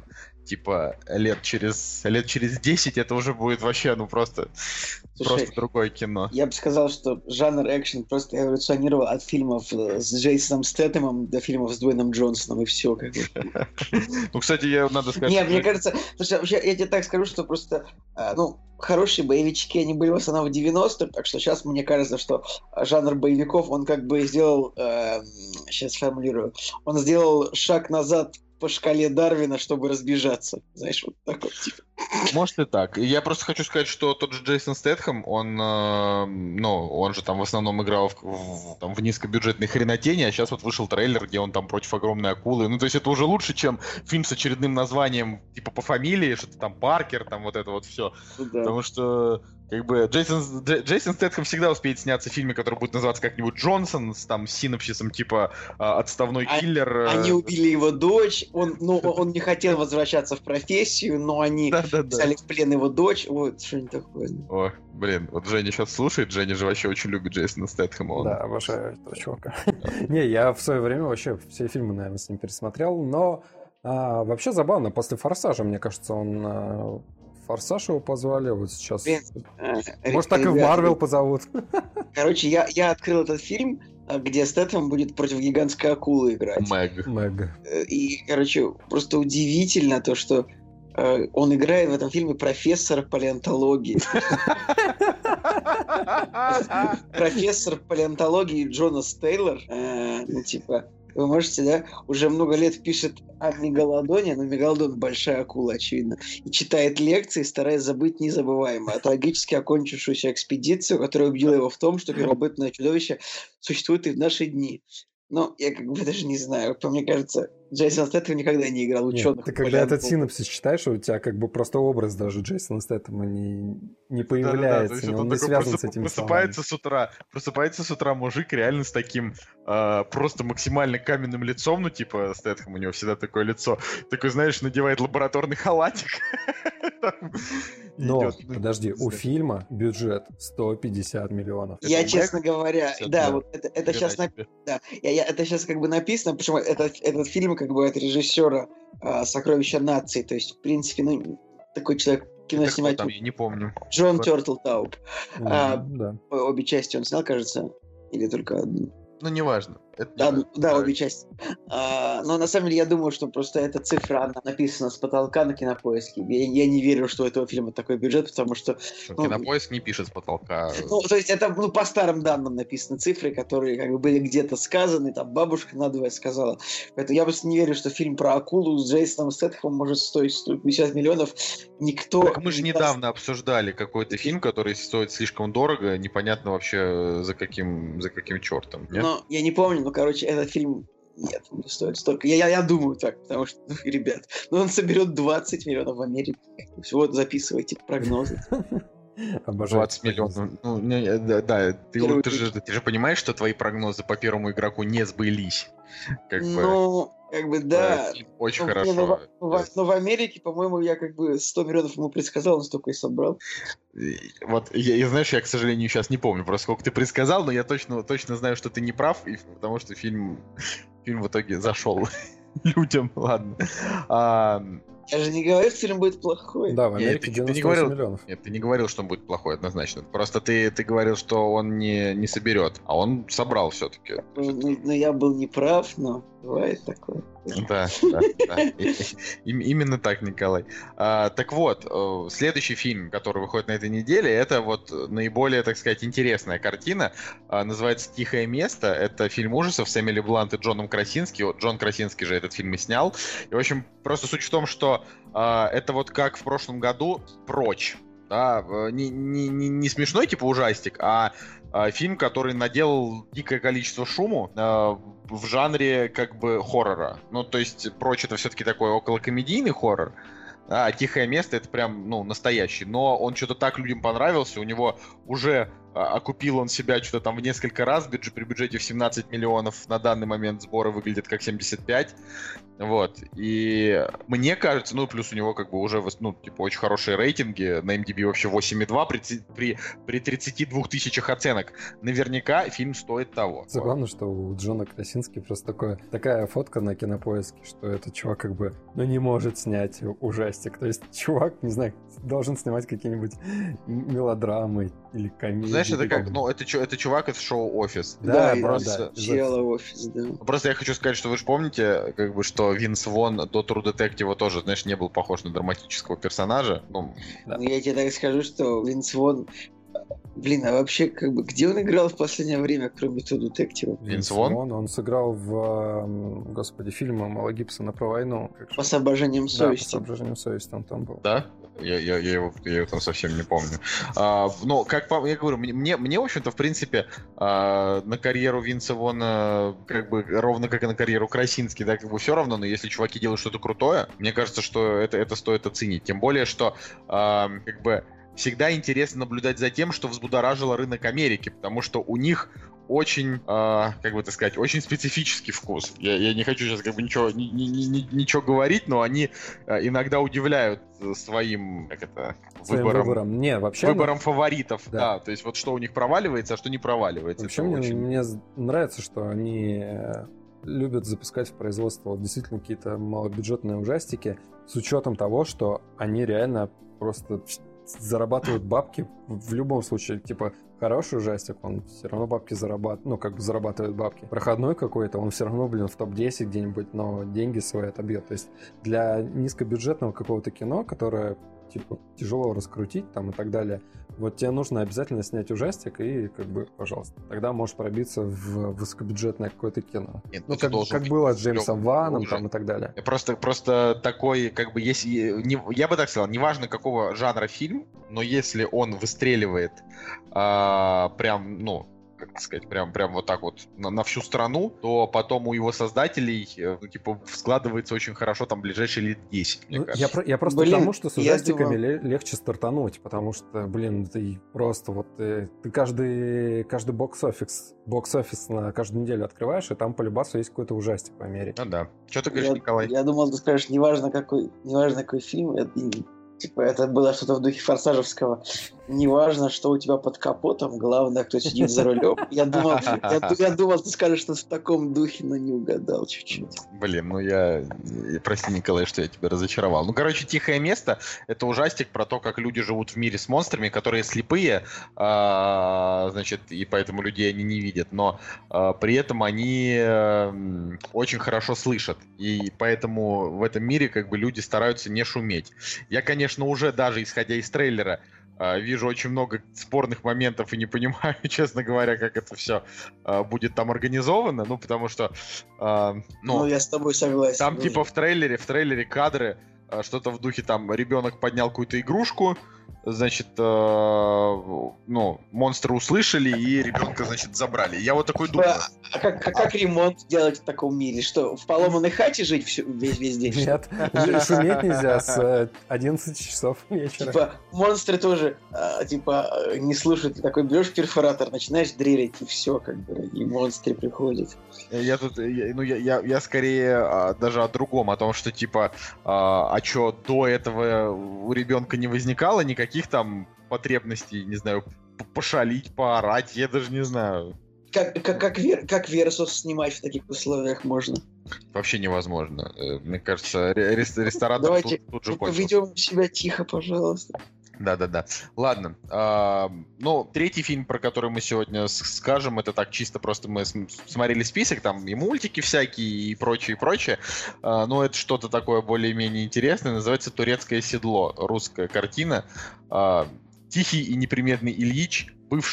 типа, лет через 10 это уже будет вообще, ну, просто другое кино. Я бы сказал, что жанр экшен просто эволюционировал от фильмов с Джейсоном Стэтхэмом до фильмов с Дуэйном Джонсоном, и все. Ну, кстати, надо сказать... Не, мне кажется... Слушай, вообще, я тебе так скажу, что просто, хорошие боевички, они были в основном в 90-х, так что сейчас мне кажется, что жанр боевиков, он как бы сделал... сейчас сформулирую. Он сделал шаг назад по шкале Дарвина, чтобы разбежаться. Знаешь, вот так вот, типа. Может и так. Я просто хочу сказать, что тот же Джейсон Стэтхэм, он же там в основном играл в низкобюджетной хренотени, а сейчас вот вышел трейлер, где он там против огромной акулы. Ну, то есть это уже лучше, чем фильм с очередным названием, типа по фамилии, что-то там Паркер, там вот это вот все. Да. Потому что как бы Джейсон Стэтхэм всегда успеет сняться в фильме, который будет называться как-нибудь Джонсон, с там синопсисом типа «Отставной киллер». Они убили его дочь, он не хотел возвращаться в профессию, но они взяли в плен его дочь. Вот, что-нибудь такое. О, блин, вот Женя сейчас слушает, Женя же вообще очень любит Джейсона Стэтхэма. Да, обожаю этого чувака. Не, я в свое время вообще все фильмы, наверное, с ним пересмотрел, но вообще забавно, после «Форсажа», мне кажется, он... «Форсаж» его позвали, вот сейчас. Может, так и в «Марвел» позовут. Короче, я открыл этот фильм, где Стэтхэм будет против гигантской акулы играть. Мэг. И, короче, просто удивительно то, что он играет в этом фильме профессора палеонтологии. Профессор палеонтологии Джонас Тейлор. Ну, типа... Вы можете, да, уже много лет пишет о мегалодоне, но мегалодон большая акула, очевидно, и читает лекции, стараясь забыть незабываемое, а трагически окончившуюся экспедицию, которая убедила его в том, что первобытное чудовище существует и в наши дни. Но я как бы даже не знаю, по мне кажется, Джейсон Стэтхэм никогда не играл ученых. Ты когда этот синопсис читаешь, у тебя как бы просто образ даже Джейсона Стэтхэма не появляется, он не связан с этими словами. Просыпается с утра мужик реально с таким просто максимально каменным лицом, ну типа Стэтхэм, у него всегда такое лицо, такой, знаешь, надевает лабораторный халатик. Но, подожди, у фильма бюджет 150 миллионов. Я, честно говоря, да, вот это сейчас это сейчас как бы написано, почему этот фильм как бы от режиссера «Сокровища нации», то есть, в принципе, такой человек кино снимать... Там, я не помню. Джон Тёртлтауп. Да. Обе части он снял, кажется, или только одну. Ну, неважно. Да, обе части. Но на самом деле я думаю, что просто эта цифра, она написана с потолка на Кинопоиске. Я не верю, что у этого фильма такой бюджет, потому что... Кинопоиск не пишет с потолка. Ну, то есть это по старым данным написаны цифры, которые как бы были где-то сказаны, там бабушка надвое сказала. Поэтому я просто не верю, что фильм про акулу с Джейсоном Стэтхэмом может стоить 150 миллионов. Никто... Так мы же недавно обсуждали какой-то фильм, который стоит слишком дорого, непонятно вообще за каким чертом. Но я не помню, но, короче, этот фильм нет, он не стоит столько. Я думаю так, потому что, ребят, он соберет 20 миллионов в Америке. Вот, записывайте прогнозы. 20 миллионов. Ну, да, ты же понимаешь, что твои прогнозы по первому игроку не сбылись. Да. Очень хорошо. Но в Америке, по-моему, я 100 миллионов ему предсказал, он столько и собрал. Вот, знаешь, я, к сожалению, сейчас не помню, просто сколько ты предсказал, но я точно знаю, что ты не прав, потому что фильм в итоге зашел людям, ладно. Я же не говорю, что фильм будет плохой. Да, в Америке 98 миллионов. Нет, ты не говорил, что он будет плохой, однозначно. Просто ты говорил, что он не соберет, а он собрал все-таки. Ну, я был неправ, но бывает такое. Да. Именно так, Николай. Так вот, следующий фильм, который выходит на этой неделе, это вот наиболее, так сказать, интересная картина. Называется «Тихое место». Это фильм ужасов с Эмили Блант и Джоном Красински. Джон Красински же этот фильм и снял. И, в общем, просто суть в том, что это вот как в прошлом году «Прочь». Да, не смешной типа ужастик, а фильм, который наделал дикое количество шуму в жанре как бы хоррора. Ну, то есть «Прочь» — это все-таки такой околокомедийный хоррор, а «Тихое место» — это прям, настоящий. Но он что-то так людям понравился, у него уже окупил он себя что-то там в несколько раз, при бюджете в 17 миллионов на данный момент сборы выглядят как 75. Вот, и мне кажется, ну, плюс у него как бы уже, ну, типа, очень хорошие рейтинги, на MDB вообще 8,2 при 32 тысячах оценок. Наверняка фильм стоит того. Главное, что у Джона Красински просто такая фотка на Кинопоиске, что этот чувак как бы, ну, не может снять ужастик. То есть чувак, не знаю, должен снимать какие-нибудь мелодрамы или комедии. Знаешь, это как, ну, это чувак из шоу «Офис». Да, просто... Чела «Офис», да. Просто я хочу сказать, что вы же помните, как бы, что Винс Вон до True Detective тоже, знаешь, не был похож на драматического персонажа. Ну, да. Ну, я тебе так скажу, что Винс Вон... Блин, а вообще, как бы, где он играл в последнее время, кроме True Detective? Винс Вон? Он сыграл в, господи, фильме Мела Гибсона про войну. По соображениям совести. Да, по соображениям совести он там был. Да? Я его там совсем не помню. Но, как я говорю, мне, в общем-то, в принципе, на карьеру Винса Вона, как бы, ровно как и на карьеру Красински, да, как бы все равно, но если чуваки делают что-то крутое, мне кажется, что это стоит оценить. Тем более, что, как бы, всегда интересно наблюдать за тем, что взбудоражило рынок Америки, потому что у них очень, как бы так сказать, очень специфический вкус. Я не хочу сейчас как бы ничего говорить, но они иногда удивляют своим, выбором. Не, вообще, выбором фаворитов. Да. Да, то есть вот что у них проваливается, а что не проваливается. Вообще мне нравится, что они любят запускать в производство действительно какие-то малобюджетные ужастики с учетом того, что они реально просто зарабатывают бабки в любом случае. Типа, хороший ужастик, он все равно бабки зарабатывает, ну, как бы зарабатывает бабки. Проходной какой-то, он все равно, в топ-10 где-нибудь, но деньги свои отобьет. То есть для низкобюджетного какого-то кино, которое, типа, тяжело раскрутить там и так далее, вот тебе нужно обязательно снять ужастик и, как бы, пожалуйста, тогда можешь пробиться в высокобюджетное какое-то кино. Нет, ну, как было с Джеймсом Ваном там и так далее. Просто такой, как бы, если... я бы так сказал, неважно, какого жанра фильм, но если он выстреливает прям, ну, как сказать, прям вот так вот на всю страну, то потом у его создателей, ну, типа, складывается очень хорошо там ближайшие лет 10, мне кажется. Я просто к тому, что с ужастиками легче стартануть, потому что, ты просто вот ты каждый бокс-офис на каждую неделю открываешь, и там по любасу есть какой-то ужастик в Америке. Ну да. Что ты говоришь, Николай? Я думал, ты скажешь, неважно какой фильм, типа, это было что-то в духе форсажевского. Неважно, что у тебя под капотом, главное, кто сидит за рулем. Я думал, ты скажешь, что в таком духе, но не угадал чуть-чуть. Блин, прости, Николай, что я тебя разочаровал. Ну, короче, «Тихое место» — это ужастик про то, как люди живут в мире с монстрами, которые слепые, значит, и поэтому людей они не видят, но при этом они очень хорошо слышат, и поэтому в этом мире, как бы, люди стараются не шуметь. Я, конечно, уже даже исходя из трейлера вижу очень много спорных моментов и не понимаю, честно говоря, как это все будет там организовано, ну, потому что... я с тобой согласен. Там, типа, в трейлере кадры, что-то в духе, там, ребенок поднял какую-то игрушку, значит, монстры услышали и ребенка, значит, забрали. Я вот такой думаю. А как ремонт делать в таком мире? Что, в поломанной хате жить весь день? Нет, шуметь нельзя с 11 часов вечера. Типа, монстры тоже, не слушают. Ты такой берешь перфоратор, начинаешь дрелить, и все, как бы, и монстры приходят. Я скорее даже о другом, о том, что, типа, что до этого у ребенка не возникало никаких там потребностей, не знаю, пошалить, поорать, я даже не знаю. Как Версус снимать в таких условиях можно? Вообще невозможно. Мне кажется, ресторатор Давайте тут же кончился. поведем себя тихо, пожалуйста. Да. Ладно. Третий фильм, про который мы сегодня скажем, это так чисто просто мы смотрели список, там и мультики всякие, и прочее. Но это что-то такое более-менее интересное. Называется «Турецкое седло». Русская картина. Тихий и неприметный Ильич, бывший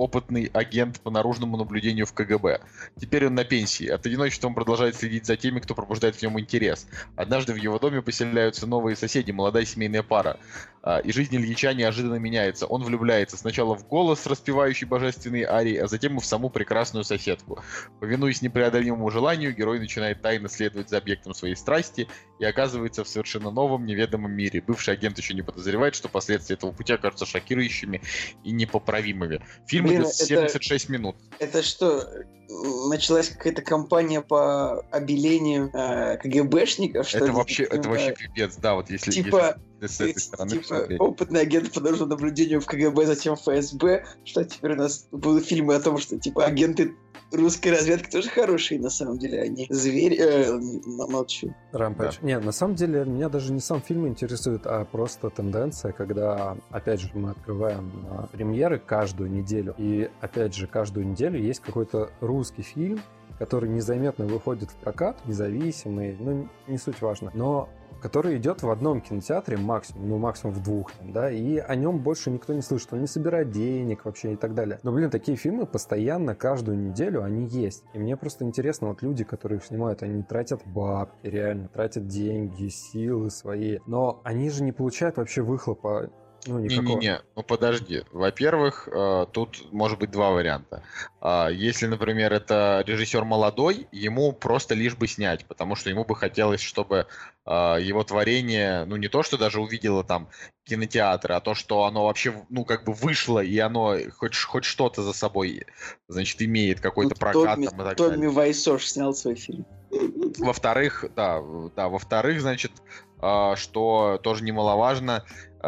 опытный агент по наружному наблюдению в КГБ. Теперь он на пенсии. От одиночества он продолжает следить за теми, кто пробуждает в нем интерес. Однажды в его доме поселяются новые соседи, молодая семейная пара. И жизнь Ильича неожиданно меняется. Он влюбляется сначала в голос, распевающий божественные арии, а затем и в саму прекрасную соседку. Повинуясь непреодолимому желанию, герой начинает тайно следовать за объектом своей страсти и оказывается в совершенно новом, неведомом мире. Бывший агент еще не подозревает, что последствия этого пути окажутся шокирующими и непоправимыми. Фильм идет 76 минут. Это что, началась какая-то кампания по обелению КГБшников? Что Это вообще пипец, да, вот если... Типа... С этой стороны опытный агент по наружному наблюдению в КГБ, затем ФСБ, что теперь у нас будут фильмы о том, что типа агенты русской разведки тоже хорошие, на самом деле, они звери... молчу. Рампэдж. Да. Не, на самом деле, меня даже не сам фильм интересует, а просто тенденция, когда, опять же, мы открываем премьеры каждую неделю, и, опять же, каждую неделю есть какой-то русский фильм, который незаметно выходит в прокат, независимый, ну, не суть важно, но который идет в одном кинотеатре максимум в двух, да, и о нем больше никто не слышит, он не собирает денег вообще и так далее. Но, блин, такие фильмы постоянно, каждую неделю они есть. И мне просто интересно, вот люди, которые их снимают, они тратят бабки, реально, тратят деньги, силы свои, но они же не получают вообще выхлопа. Ну, не-не-не, ну подожди. Во-первых, тут может быть два варианта. Если, например, это режиссер молодой, ему просто лишь бы снять, потому что ему бы хотелось, чтобы его творение, ну не то, что даже увидело там кинотеатры, а то, что оно вообще, ну как бы вышло, и оно хоть что-то за собой, значит, имеет какой-то прокат там и так далее. Томми Вайсош снял свой фильм. Во-вторых, во-вторых, значит, что тоже немаловажно,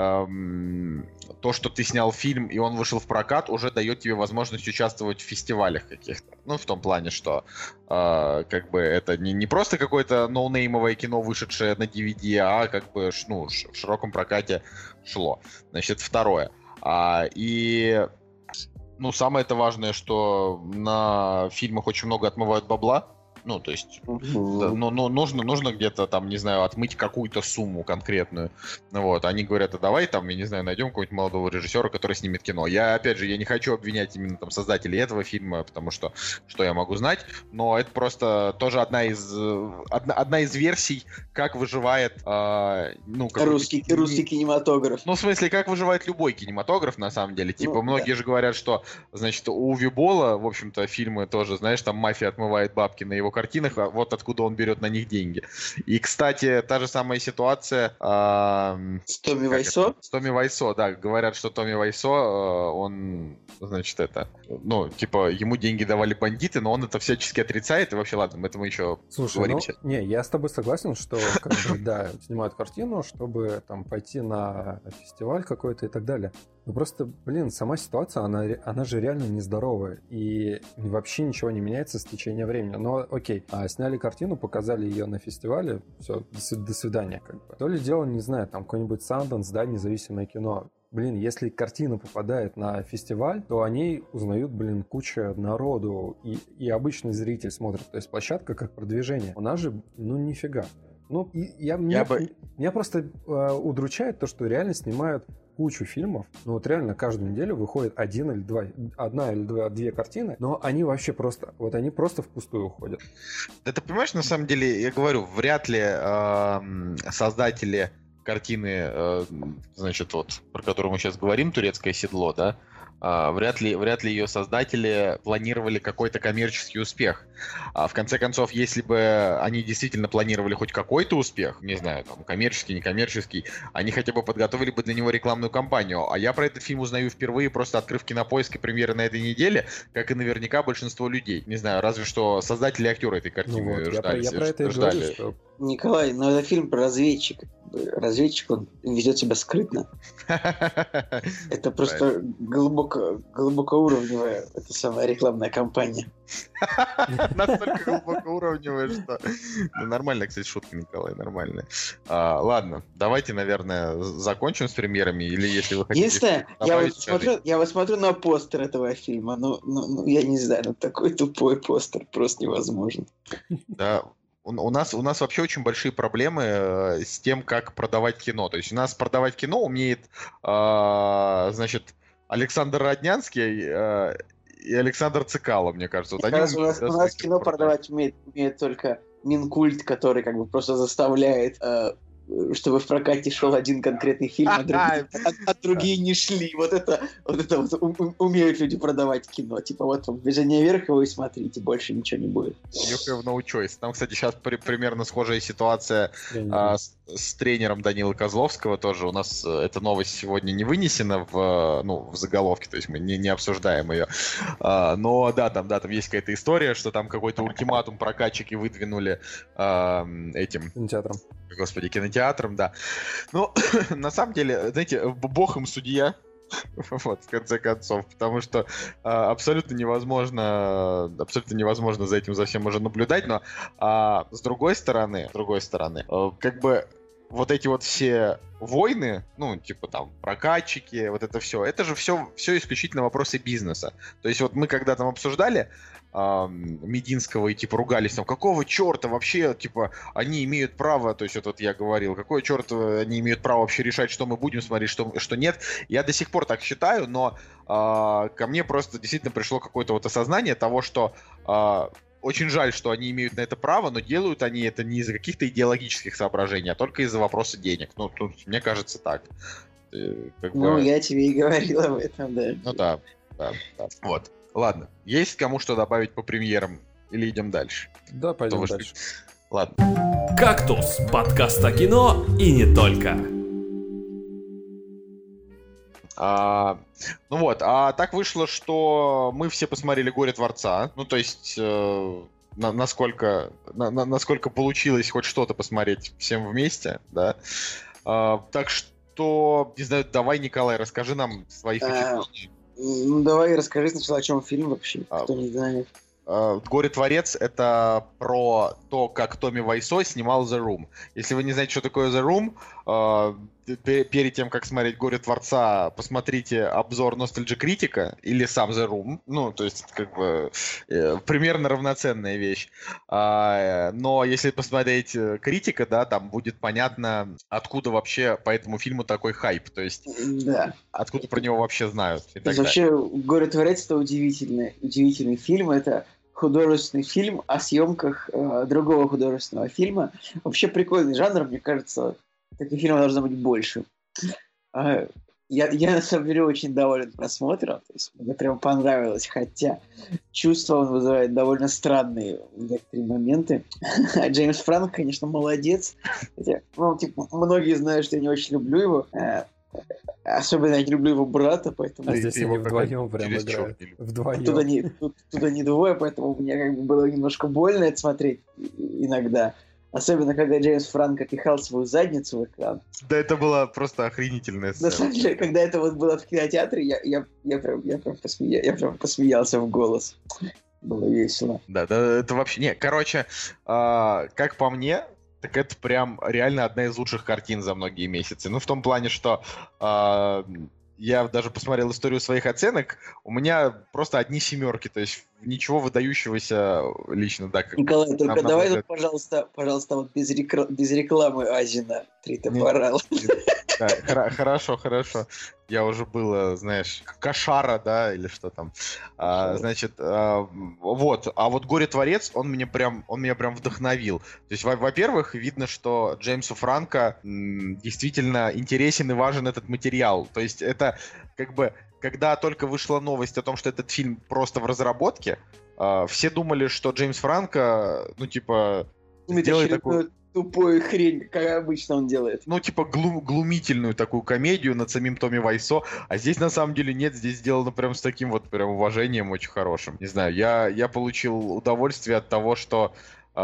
то, что ты снял фильм, и он вышел в прокат, уже дает тебе возможность участвовать в фестивалях каких-то. Ну, в том плане, что как бы это не просто какое-то ноунеймовое кино, вышедшее на DVD, а как бы в широком прокате шло. Значит, второе. И самое это важное, что на фильмах очень много отмывают бабла. Ну, то есть, нужно где-то там, не знаю, отмыть какую-то сумму конкретную. Вот, они говорят, давай там, я не знаю, найдем какого-нибудь молодого режиссера, который снимет кино. Я не хочу обвинять именно там создателей этого фильма, потому что я могу знать, но это просто тоже одна из версий, как выживает, русский кинематограф. Ну, в смысле, как выживает любой кинематограф, на самом деле. Типа, многие же говорят, что, значит, у Уви Болла, в общем-то, фильмы тоже, знаешь, там мафия отмывает бабки на его картинах, а вот откуда он берет на них деньги. И, кстати, та же самая ситуация... С Томми Вайсо? С Томми Вайсо, да. Говорят, что Томми Вайсо, он, значит, ему деньги давали бандиты, но он это всячески отрицает, и вообще, ладно, мы еще поговорим сейчас. Не, я с тобой согласен, что, да, снимают картину, чтобы там пойти на фестиваль какой-то и так далее. Ну просто, блин, сама ситуация, она же реально нездоровая, и вообще ничего не меняется с течением времени. Но окей, сняли картину, показали ее на фестивале, все, до свидания, как бы. То ли дело, не знаю, там какой-нибудь Sundance, да, независимое кино. Блин, если картина попадает на фестиваль, то о ней узнают, куча народу, и обычный зритель смотрит. То есть площадка как продвижение. У нас же, нифига. Ну, меня просто удручает то, что реально снимают кучу фильмов, но вот реально каждую неделю выходит одна или две картины, но они вообще просто впустую уходят. Да ты понимаешь, на самом деле, я говорю, вряд ли создатели картины, значит, вот, про которую мы сейчас говорим, «Турецкое седло», да, вряд ли ее создатели планировали какой-то коммерческий успех. В конце концов, если бы они действительно планировали хоть какой-то успех, не знаю, там, коммерческий, некоммерческий, они хотя бы подготовили бы для него рекламную кампанию. А я про этот фильм узнаю впервые, просто открыв Кинопоиск и премьеры на этой неделе, как и наверняка большинство людей. Не знаю, разве что создатели и актеры этой картины ждали. Я про это и говорю, что... Николай, это фильм про разведчика. Разведчик, он ведет себя скрытно. Это просто глубокоуровневая рекламная кампания. Настолько глубокоуровневая, что... Нормальная, кстати, шутка, Николай, нормальная. Ладно, давайте, наверное, закончим с премьерами, или если вы хотите... Я вот смотрю на постер этого фильма, я не знаю, такой тупой постер, просто невозможно. Да, у нас вообще очень большие проблемы с тем, как продавать кино. То есть у нас продавать кино умеет, значит, Александр Роднянский и Александр Цикало, мне кажется. Вот Мне они кажется, у нас кино продавать умеет только Минкульт, который как бы просто заставляет, чтобы в прокате шел один конкретный фильм, а другие не шли. Вот это умеют люди продавать кино. Типа вот «Движение вверх» его и смотрите, больше ничего не будет. You have no choice. Там, кстати, сейчас примерно схожая ситуация с тренером Данилы Козловского тоже. У нас эта новость сегодня не вынесена в заголовке, то есть мы не обсуждаем ее. Но да, там есть какая-то история, что там какой-то ультиматум прокатчики выдвинули этим... Кинотеатром. Господи, кинотеатром, да. Но на самом деле, знаете, бог им судья. Вот, в конце концов, потому что абсолютно невозможно за этим за всем уже наблюдать, но с другой стороны, как бы вот эти вот все войны, ну, типа там прокатчики, вот это же все исключительно вопросы бизнеса. То есть вот мы когда там обсуждали Мединского и типа ругались там, какого черта вообще, типа, они имеют право, то есть вот я говорил, какой черт они имеют право вообще решать, что мы будем смотреть, что нет. Я до сих пор так считаю, но ко мне просто действительно пришло какое-то вот осознание того, что очень жаль, что они имеют на это право, но делают они это не из-за каких-то идеологических соображений, а только из-за вопроса денег. Ну, тут, мне кажется, так. Я тебе и говорил об этом, да. Ну да. Вот. Ладно. Есть кому что добавить по премьерам? Или идем дальше? Да, пойдем дальше. Ладно. «Кактус» — подкаст о кино и не только. Ну вот, а так вышло, что мы все посмотрели «Горе Творца». Ну, то есть, насколько получилось хоть что-то посмотреть всем вместе, да. Так что, не знаю, давай, Николай, расскажи нам свои впечатления. Ну, давай расскажи сначала, о чем фильм вообще, кто не знает. «Горе Творец» — это про то, как Томми Вайсо снимал The Room. Если вы не знаете, что такое The Room, перед тем, как смотреть «Горе Творца», посмотрите обзор Nostalgia Critica или сам The Room. Ну, то есть, как бы, примерно равноценная вещь. Но если посмотреть критика, да, там будет понятно, откуда вообще по этому фильму такой хайп. То есть, да. Откуда про него вообще знают. То есть, вообще, «Горе Творец» — это удивительный фильм. Это художественный фильм о съемках другого художественного фильма. Вообще прикольный жанр, мне кажется, таких фильмов должно быть больше. Я на самом деле очень доволен просмотром, то есть мне прям понравилось, хотя чувства он вызывает довольно странные в некоторые моменты. Джеймс Франко, конечно, молодец. Хотя, многие знают, что я не очень люблю его. Особенно я не люблю его брата, поэтому... А здесь они вдвоем прям играют. Вдвоем. Туда не двое, поэтому мне как бы было немножко больно это смотреть иногда. Особенно, когда Джеймс Франко пихал свою задницу в экран. Да, это была просто охренительная сцена. На самом деле, когда это вот было в кинотеатре, я прям посмеялся в голос. Было весело. Да, это вообще... Не, короче, как по мне, так это прям реально одна из лучших картин за многие месяцы. Ну, в том плане, что я даже посмотрел историю своих оценок, у меня просто одни семерки, то есть ничего выдающегося лично, да. Николай, только давай тут, пожалуйста, вот без рекламы Азина 3 топора. Да, хорошо. Я уже было, знаешь, Кошара, да, или что там. Значит, вот. А вот «Горе Творец», он меня прям вдохновил. То есть, во-первых, видно, что Джеймсу Франко действительно интересен и важен этот материал. То есть это как бы, когда только вышла новость о том, что этот фильм просто в разработке, все думали, что Джеймс Франко, ну, типа, сделает такую... Тупую хрень, как обычно он делает. Ну, типа, глумительную такую комедию над самим Томми Вайсо. А здесь, на самом деле, нет. Здесь сделано прям с таким вот прям уважением очень хорошим. Не знаю, я получил удовольствие от того, что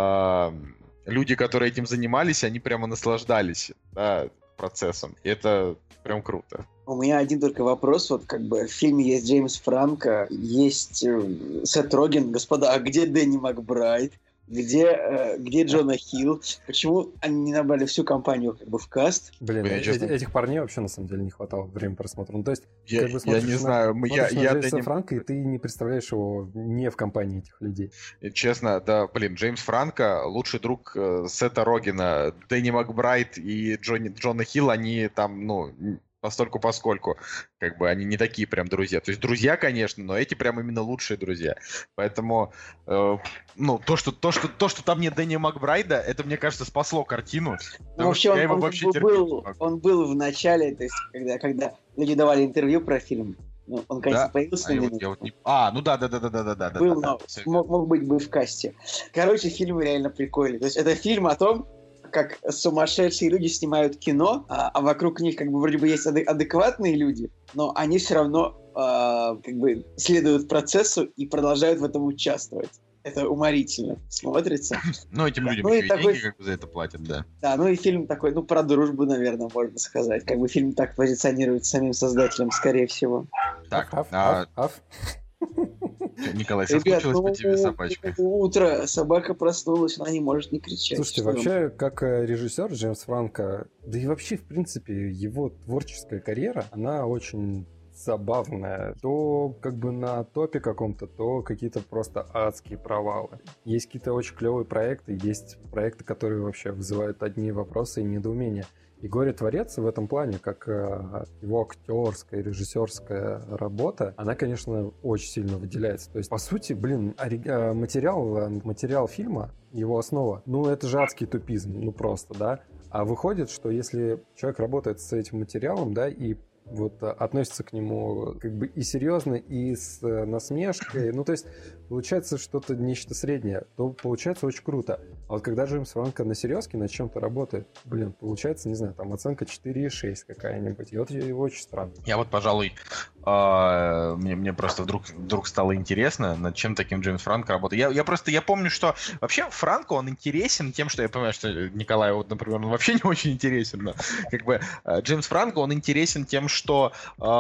люди, которые этим занимались, они прямо наслаждались, да, процессом. И это прям круто. У меня один только вопрос. Вот как бы в фильме есть Джеймс Франко, есть Сет Роген. Господа, а где Дэнни Макбрайт? Где Джона Хилл? Почему они не набрали всю компанию как бы в каст? Блин, этих парней вообще на самом деле не хватало время просмотра. Ну, то есть, я не знаю. Я Джеймса Франко, и ты не представляешь его не в компании этих людей. Честно, да, блин, Джеймс Франко, лучший друг Сета Рогена, Дэнни Макбрайт и Джона Хилл, они там, ну, постольку-поскольку, как бы они не такие прям друзья. То есть друзья, конечно, но эти прям именно лучшие друзья. Поэтому, ну, то, что там нет Дэнни Макбрайда, это, мне кажется, спасло картину. Ну, вообще, я его вообще терпеть не могу. он был в начале, то есть, когда люди давали интервью про фильм, ну, он, конечно, Да? появился на минуту. Ну да. Был, но мог быть бы в касте. Короче, фильм реально прикольный. То есть это фильм о том, как сумасшедшие люди снимают кино, а вокруг них как бы вроде бы есть адекватные люди, но они все равно как бы следуют процессу и продолжают в этом участвовать. Это уморительно смотрится. Ну, этим людям Ну, и еще и такой- деньги как бы за это платят, да. Да, ну и фильм такой, ну, про дружбу, наверное, можно сказать. Как бы фильм так позиционирует самим создателем, скорее всего. Так, Аф. Николай, Ребят, соскучилась по тебе собачка. утро, собака проснулась, она не может не кричать. Слушайте, Что вам? вообще, как режиссер Джеймс Франко, да и вообще, в принципе, его творческая карьера, она очень забавная. То как бы на топе каком-то, то какие-то просто адские провалы. Есть какие-то очень клевые проекты, есть проекты, которые вообще вызывают одни вопросы и недоумения. И горе-творец в этом плане, как его актерская, режиссерская работа, она, конечно, очень сильно выделяется. То есть, по сути, материал фильма, его основа, ну, это же адский тупизм, ну, просто, да. А выходит, что если человек работает с этим материалом, да, и вот относится к нему как бы и серьезно, и с насмешкой, ну, то есть получается что-то, нечто среднее, то получается очень круто. А вот когда Джеймс Франко на серьезке над чем-то работает, блин, получается, не знаю, там оценка 4,6 какая-нибудь, и вот очень странно. Я вот, пожалуй, мне просто вдруг стало интересно, над чем таким Джеймс Франко работает. Я помню, что вообще Франко, он интересен тем, что я понимаю, что Николай, вот, например, он вообще не очень интересен, но как бы Джеймс Франко, он интересен тем, что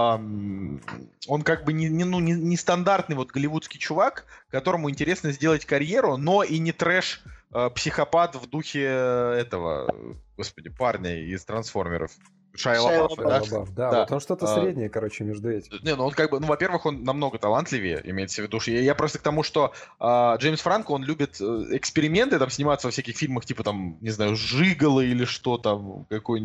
он как бы не стандартный вот голливудский чувак, которому интересно сделать карьеру, но и не трэш психопат в духе этого, господи, парня из «Трансформеров». Шайа Лабафа, да? Да, вот он что-то среднее, короче, между этим. Не, ну он как бы, ну, во-первых, он намного талантливее, имеется в виду. Я просто к тому, что Джеймс Франко, он любит эксперименты, там, сниматься во всяких фильмах, типа, там, не знаю, «Жигало» или что там,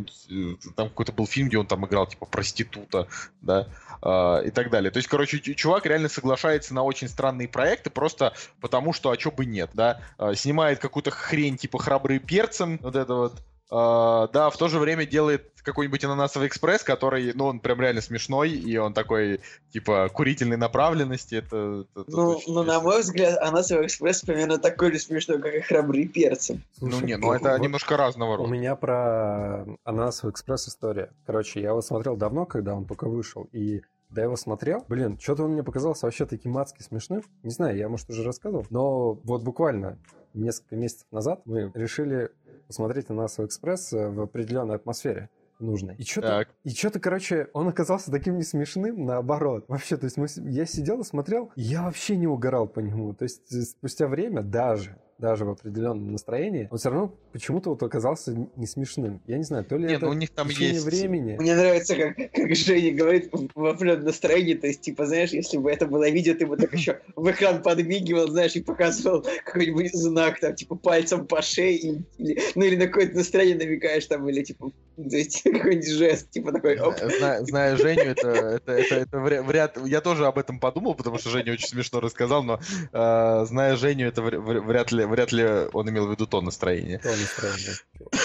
там какой-то был фильм, где он там играл, типа, проститута, да, и так далее. То есть, короче, чувак реально соглашается на очень странные проекты, просто потому что, а чё бы нет, да. Снимает какую-то хрень, типа, «Храбрые перцем», вот это вот. Да, в то же время делает какой-нибудь «Ананасовый экспресс», который, ну, он прям реально смешной, и он такой, типа, курительной направленности. Это на мой взгляд, «Ананасовый экспресс» примерно такой же смешной, как и «Храбрые перцы». Слушай, это немножко разного рода. У меня про «Ананасовый экспресс» история. Короче, я его смотрел давно, когда он только вышел, и когда я его смотрел, блин, что-то он мне показался вообще таким адски смешным. Не знаю, я, может, уже рассказывал, но вот буквально несколько месяцев назад мы решили посмотреть «Ананасовый экспресс» в определенной атмосфере нужной. И что-то, короче, он оказался таким не смешным, наоборот. Вообще, то есть я сидел и смотрел, и я вообще не угорал по нему. То есть спустя время даже в определенном настроении, он все равно почему-то вот оказался не смешным. Я не знаю, то ли это у них там течение есть времени. Мне нравится, как Женя говорит в определенном настроении, то есть, типа, знаешь, если бы это было видео, ты бы так еще в экран подмигивал, знаешь, и показывал какой-нибудь знак, там, типа, пальцем по шее, или на какое-то настроение намекаешь, там, или, типа, то есть, какой-нибудь жест, типа, такой, оп. Зная Женю, это вряд... Я тоже об этом подумал, потому что Женя очень смешно рассказал, но зная Женю, это вряд ли он имел в виду то настроение. То настроение.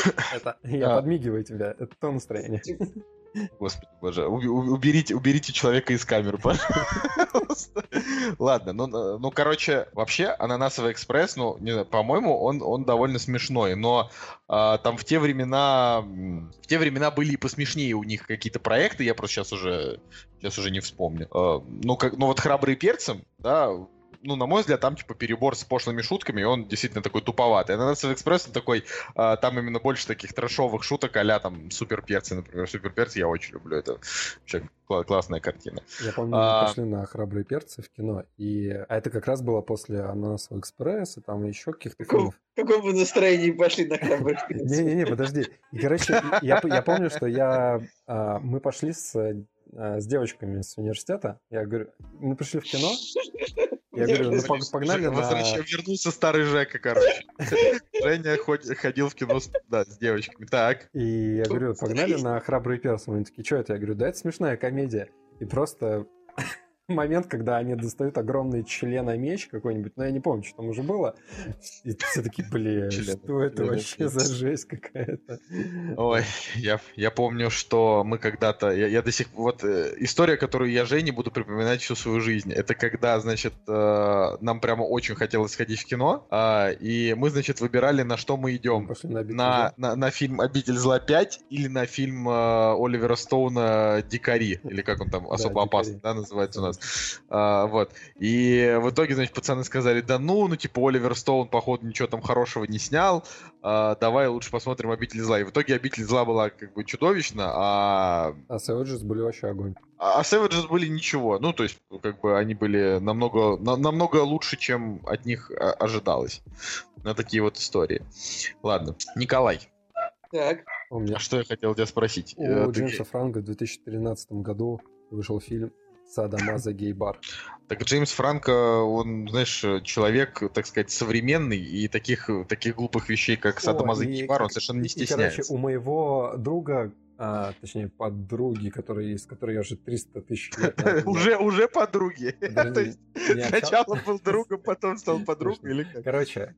Я подмигиваю тебя. Это то настроение. Господи боже, уберите человека из камеры, пожалуйста. Ладно, ну, короче, вообще, «Ананасовый экспресс», ну, не знаю, по-моему, он довольно смешной, но там в те времена были и посмешнее у них какие-то проекты, я просто сейчас уже не вспомню. Ну, вот «Храбрые перцем», да, ну, на мой взгляд, там, типа, перебор с пошлыми шутками, и он действительно такой туповатый. «Ананасовый экспресс», он такой, там именно больше таких трэшовых шуток, а-ля, там, «Суперперцы», например. «Суперперцы» я очень люблю, это вообще классная картина. Я помню, мы пошли на «Храбрые перцы» в кино, а это как раз было после «Ананасового экспресса», там еще каких-то фильмов. В каком вы настроении пошли на «Храбрых перцев»? Не-не-не, подожди. И, короче, я помню, что мы пошли с девочками с университета, я говорю, мы пришли в кино, Я говорю, ну погнали на... Вернулся старый Жека, короче. Женя ходил в кино с девочками. Так. И я говорю, погнали на «Храбрый пес». Они такие, что это? Я говорю, да это смешная комедия. И просто момент, когда они достают огромный член-меч какой-нибудь, но я не помню, что там уже было. И все такие, бля, что это вообще за жесть какая-то? Ой, я помню, что мы когда-то... Я до сих пор... Вот история, которую я Жене буду припоминать всю свою жизнь. Это когда, значит, нам прямо очень хотелось сходить в кино, и мы, значит, выбирали, на что мы идем. На фильм «Обитель зла 5» или на фильм Оливера Стоуна «Дикари», или как он там, «Особо опасный», да, называется у нас. Вот. И в итоге, значит, пацаны сказали, да ну, типа, Оливер Стоун, походу, ничего там хорошего не снял, давай лучше посмотрим «Обитель зла». И в итоге «Обитель зла» была как бы чудовищна, а Savages были вообще огонь. А Savages были ничего. Ну, то есть, как бы, они были намного лучше, чем от них ожидалось. На такие вот истории. Ладно. Николай. Так. А что я хотел тебя спросить? У Джеймса Франко в 2013 году вышел фильм «Садомазо гей-бар». Так Джеймс Франко, он, знаешь, человек, так сказать, современный, и таких глупых вещей, как «Садомазо гей-бар», он совершенно не стесняется. Короче, у моего друга, точнее, подруги, с которой я уже 300 тысяч лет... Уже подруги. То есть сначала был другом, потом стал подругой, или как? Короче,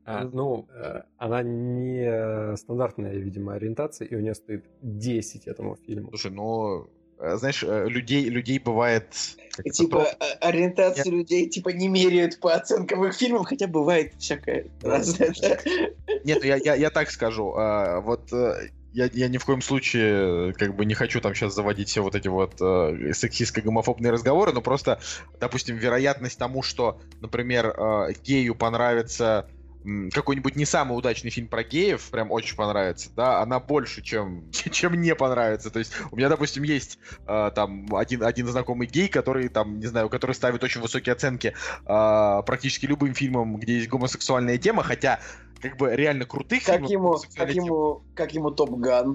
она не стандартная, видимо, ориентация, и у нее стоит 10 этому фильму. Слушай, знаешь, людей бывает... Типа, ориентацию людей, типа, не меряют по оценкам их фильмов, хотя бывает всякое разное. Нет, я так скажу. Вот я ни в коем случае как бы не хочу там сейчас заводить все вот эти вот сексистско-гомофобные разговоры, но просто, допустим, вероятность тому, что, например, гею понравится какой-нибудь не самый удачный фильм про геев, прям очень понравится, да, она больше, чем не понравится. То есть у меня, допустим, есть там один знакомый гей, который там, не знаю, который ставит очень высокие оценки практически любым фильмам, где есть гомосексуальная тема, хотя как бы реально крутых фильмов... Как ему Топ Ган?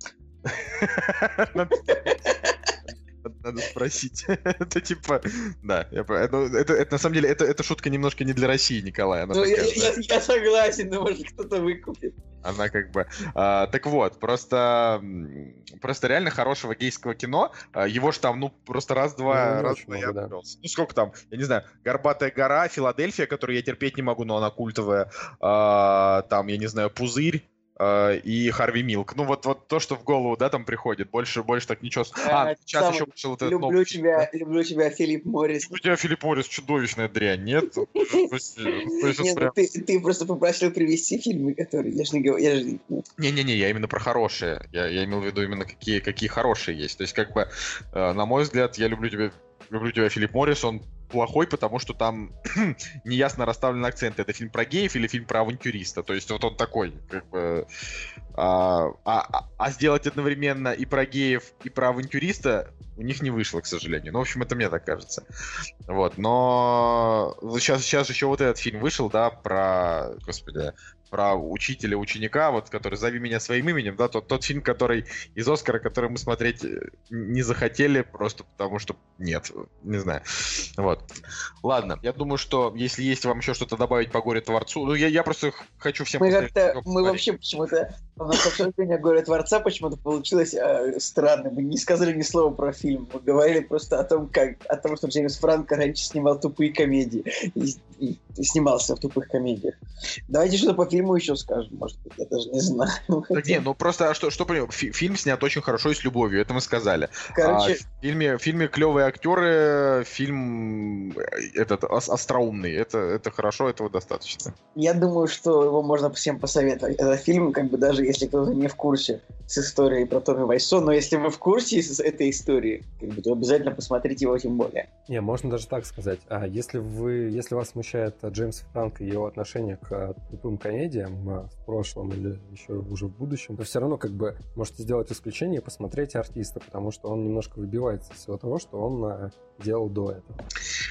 Надо спросить. Это типа... Да, это на самом деле, это шутка немножко не для России, Николай. Я согласен, но может кто-то выкупит. Она как бы... Так вот, просто реально хорошего гейского кино, его ж там, просто раз-два я отбрался. Ну, сколько там, я не знаю, «Горбатая гора», «Филадельфия», которую я терпеть не могу, но она культовая, там, я не знаю, «Пузырь», и «Харви Милк». Ну, вот то, что в голову, да, там приходит. Больше так ничего... Сейчас еще вышел вот этот люблю тебя, Филипп Моррис. Люблю тебя, Филипп Моррис, чудовищная дрянь, нет? Нет, ты просто попросил привести фильмы, которые... Не-не-не, я именно про хорошие. Я имел в виду именно какие хорошие есть. То есть, как бы, на мой взгляд, я люблю тебя, Филипп Моррис, он плохой, потому что там неясно расставлены акценты. Это фильм про геев или фильм про авантюриста. То есть вот он такой, как бы... сделать одновременно и про геев, и про авантюриста у них не вышло, к сожалению. Ну, в общем, это мне так кажется. Вот, но... Сейчас еще вот этот фильм вышел, да, про учителя, ученика, вот, который «Зови меня своим именем», да, тот фильм, который из «Оскара», который мы смотреть не захотели, просто потому что нет, не знаю. Вот. Ладно, я думаю, что если есть вам еще что-то добавить по «Горе-творцу», я просто хочу всем... Мы вообще почему-то... У нас обсуждение «Горе-творца» почему-то получилось странным. Мы не сказали ни слова про фильм. Мы говорили просто о том, что Джеймс Франко раньше снимал тупые комедии. И снимался в тупых комедиях. Давайте что-то по фильму еще скажем, может быть, я даже не знаю. Так не, просто что понимаем, фильм снят очень хорошо и с любовью, это мы сказали. Короче... В фильме клевые актеры, фильм этот остроумный, это хорошо, этого достаточно. Я думаю, что его можно всем посоветовать. Это фильм, как бы даже если кто-то не в курсе с историей про Томми Вайсо, но если вы в курсе с этой истории, как бы, то обязательно посмотрите его тем более. Не, можно даже так сказать. Если вас смущает Джеймс Франко и его отношение к тупым комедиям в прошлом или еще уже в будущем, то все равно как бы можете сделать исключение и посмотреть «Артиста», потому что он немножко выбивается из всего того, что он делал до этого.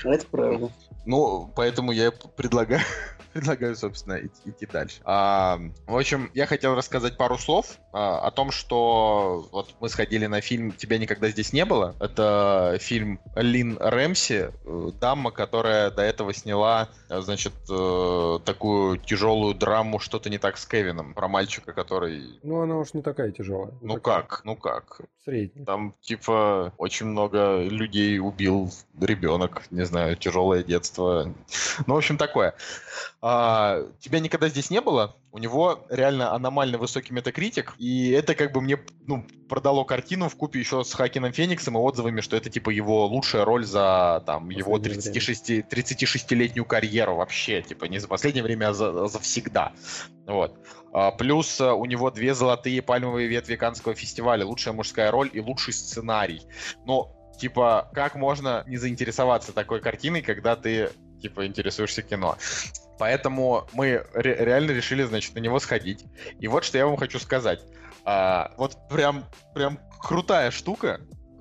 Это правда. Ну, поэтому я предлагаю, предлагаю, собственно, идти дальше. В общем, я хотел рассказать пару слов о том, что вот мы сходили на фильм «Тебя никогда здесь не было». Это фильм Лин Рэмси, дама, которая до этого сняла, значит, такую тяжелую драму «Что-то не так с Кевином», про мальчика, который... Ну, она уж не такая тяжелая. Ну как? Средняя. Там, типа, очень много людей убил ребенок, не знаю, тяжелое детство. Ну, в общем, такое. Тебя никогда здесь не было. У него реально аномально высокий метакритик, и это как бы мне, продало картину вкупе еще с Хоакином Фениксом и отзывами, что это типа его лучшая роль за там его 36-летнюю карьеру вообще, типа не за последнее время, а за всегда. Вот. Плюс у него 2 золотые пальмовые ветви Каннского фестиваля, лучшая мужская роль и лучший сценарий. Но типа, как можно не заинтересоваться такой картиной, когда ты, типа, интересуешься кино? Поэтому мы реально решили, значит, на него сходить. И вот что я вам хочу сказать. Вот прям крутая штука.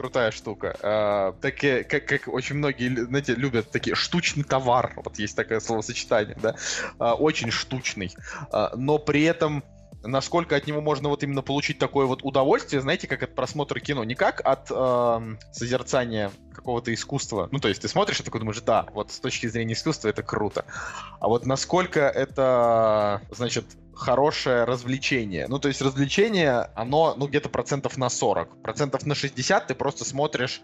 Такие, как очень многие, знаете, любят такие штучный товар. Вот есть такое словосочетание, да. Очень штучный. Но при этом насколько от него можно вот именно получить такое вот удовольствие, знаете, как от просмотра кино, не как от созерцания какого-то искусства. Ну, то есть ты смотришь и такой думаешь, да, вот с точки зрения искусства это круто. А вот насколько это, значит, хорошее развлечение. Ну, то есть развлечение, оно, где-то процентов на 40. Процентов на 60 ты просто смотришь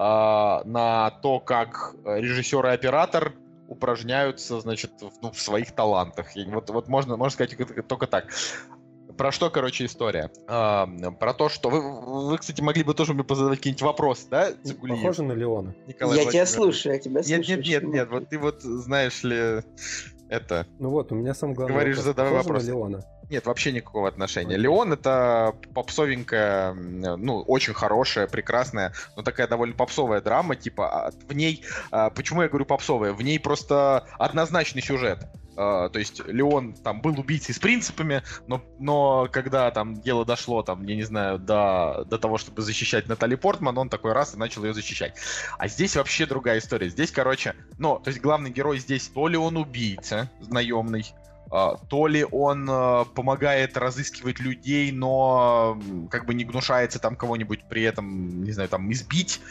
на то, как режиссер и оператор упражняются, значит, в своих талантах. И вот можно сказать только так. Про что, короче, история? Про то, что... Вы, кстати, могли бы тоже мне позадавать какие-нибудь вопросы, да, Цигулиев? Похоже на Леона. Николай Я тебя слушаю, я тебя слушаю. Нет, вот ты вот, знаешь ли, это... Ну вот, у меня самый главный Говоришь, вопрос. задавай Похоже вопрос. на Леона? Нет, вообще никакого отношения. Леон — это попсовенькая, очень хорошая, прекрасная, но такая довольно попсовая драма, типа, в ней... Почему я говорю попсовая? В ней просто однозначный сюжет. То есть Леон там был убийцей с принципами, но когда там дело дошло, там, я не знаю, до того, чтобы защищать Натали Портман, он такой раз и начал ее защищать. А здесь вообще другая история. Здесь, короче, то есть главный герой здесь, то ли он убийца наемный, то ли он помогает разыскивать людей, но как бы не гнушается там кого-нибудь при этом, не знаю, там избить.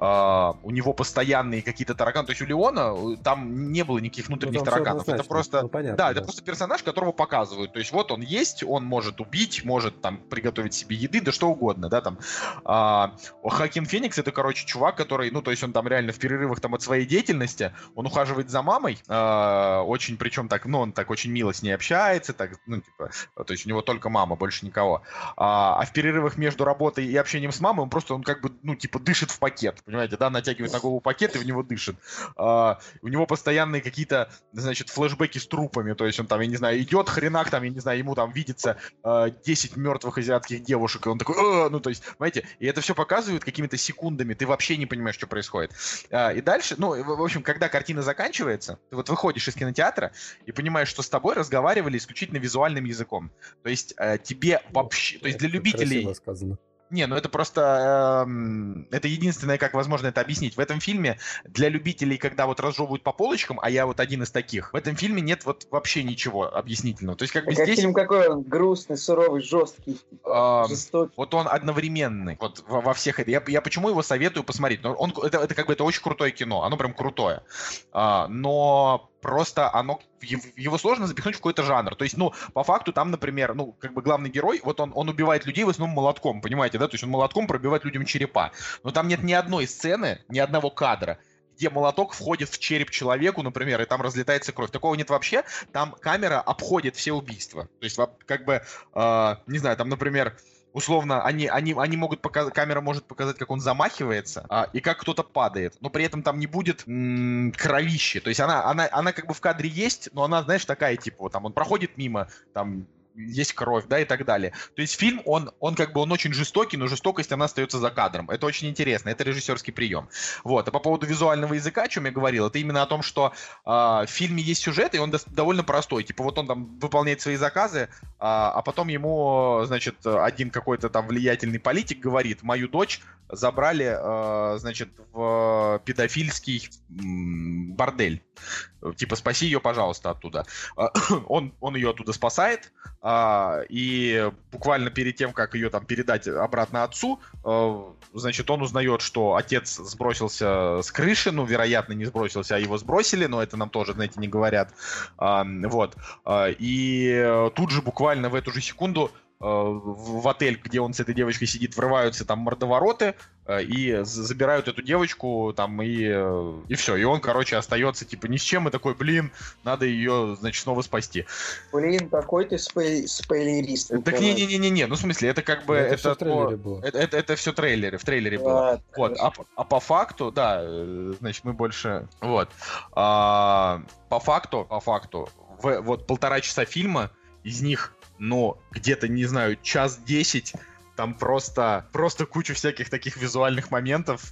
У него постоянные какие-то тараканы. То есть у Леона там не было никаких внутренних тараканов. Это просто, понятно, это просто персонаж, которого показывают. То есть вот он есть, он может убить, может там приготовить себе еды, да что угодно, да, там. Хоакин Феникс — это, короче, чувак, который, то есть он там реально в перерывах там от своей деятельности, он ухаживает за мамой, очень, причем так, он так очень мило с ней общается, так, то есть у него только мама, больше никого. А в перерывах между работой и общением с мамой он как бы, дышит в пакет, понимаете, да, натягивает на голову пакет и в него дышит. У него постоянные какие-то, значит, флешбеки с трупами, то есть он там, я не знаю, идет хренак, там, я не знаю, ему там видится 10 мертвых азиатских девушек, и он такой, то есть, понимаете, и это все показывают какими-то секундами, ты вообще не понимаешь, что происходит. И дальше, в общем, когда картина заканчивается, ты вот выходишь из кинотеатра и понимаешь, что с тобой разговаривали исключительно визуальным языком. То есть тебе вообще... То есть для любителей... Красиво сказано. Не, это просто... это единственное, как возможно это объяснить. В этом фильме для любителей, когда вот разжевывают по полочкам, а я вот один из таких, в этом фильме нет вот вообще ничего объяснительного. То есть как бы здесь... Фильм какой он? Грустный, суровый, жесткий, жестокий. Вот он одновременный. Вот во всех... Я почему его советую посмотреть? Это как бы это очень крутое кино. Оно прям крутое. Но... Просто его сложно запихнуть в какой-то жанр. То есть, по факту там, например, как бы главный герой, вот он убивает людей в основном молотком, понимаете, да? То есть он молотком пробивает людям черепа. Но там нет ни одной сцены, ни одного кадра, где молоток входит в череп человеку, например, и там разлетается кровь. Такого нет вообще. Там камера обходит все убийства. То есть, как бы, не знаю, там, например... Условно, они могут показать, камера может показать, как он замахивается, и как кто-то падает, но при этом там не будет кровищи. То есть она как бы в кадре есть, но она, знаешь, такая, типа, вот там он проходит мимо, там, есть кровь, да, и так далее. То есть фильм, он как бы, он очень жестокий, но жестокость, она остается за кадром. Это очень интересно, это режиссерский прием. Вот, а по поводу визуального языка, о чем я говорил, это именно о том, что в фильме есть сюжет, и он довольно простой. Типа вот он там выполняет свои заказы, а потом ему, значит, один какой-то там влиятельный политик говорит: мою дочь забрали, значит, в педофильский бордель. Типа, спаси ее, пожалуйста, оттуда. Он ее оттуда спасает, и буквально перед тем, как ее там передать обратно отцу, значит, он узнает, что отец сбросился с крыши, ну, вероятно, не сбросился, а его сбросили, но это нам тоже, знаете, не говорят. Вот. И тут же буквально в эту же секунду в отель, где он с этой девочкой сидит, врываются там мордовороты и забирают эту девочку там, и все. И он, короче, остается типа ни с чем, и такой: блин, надо ее, значит, снова спасти. Блин, какой ты спойлерист. Так не, ну в смысле, это как бы... Это все в трейлере было. Это все в трейлере было. Вот. А по факту, да, значит, мы больше... Вот. По факту, вот 1,5 часа фильма, из них, ну, где-то, не знаю, 1:10, там просто куча всяких таких визуальных моментов,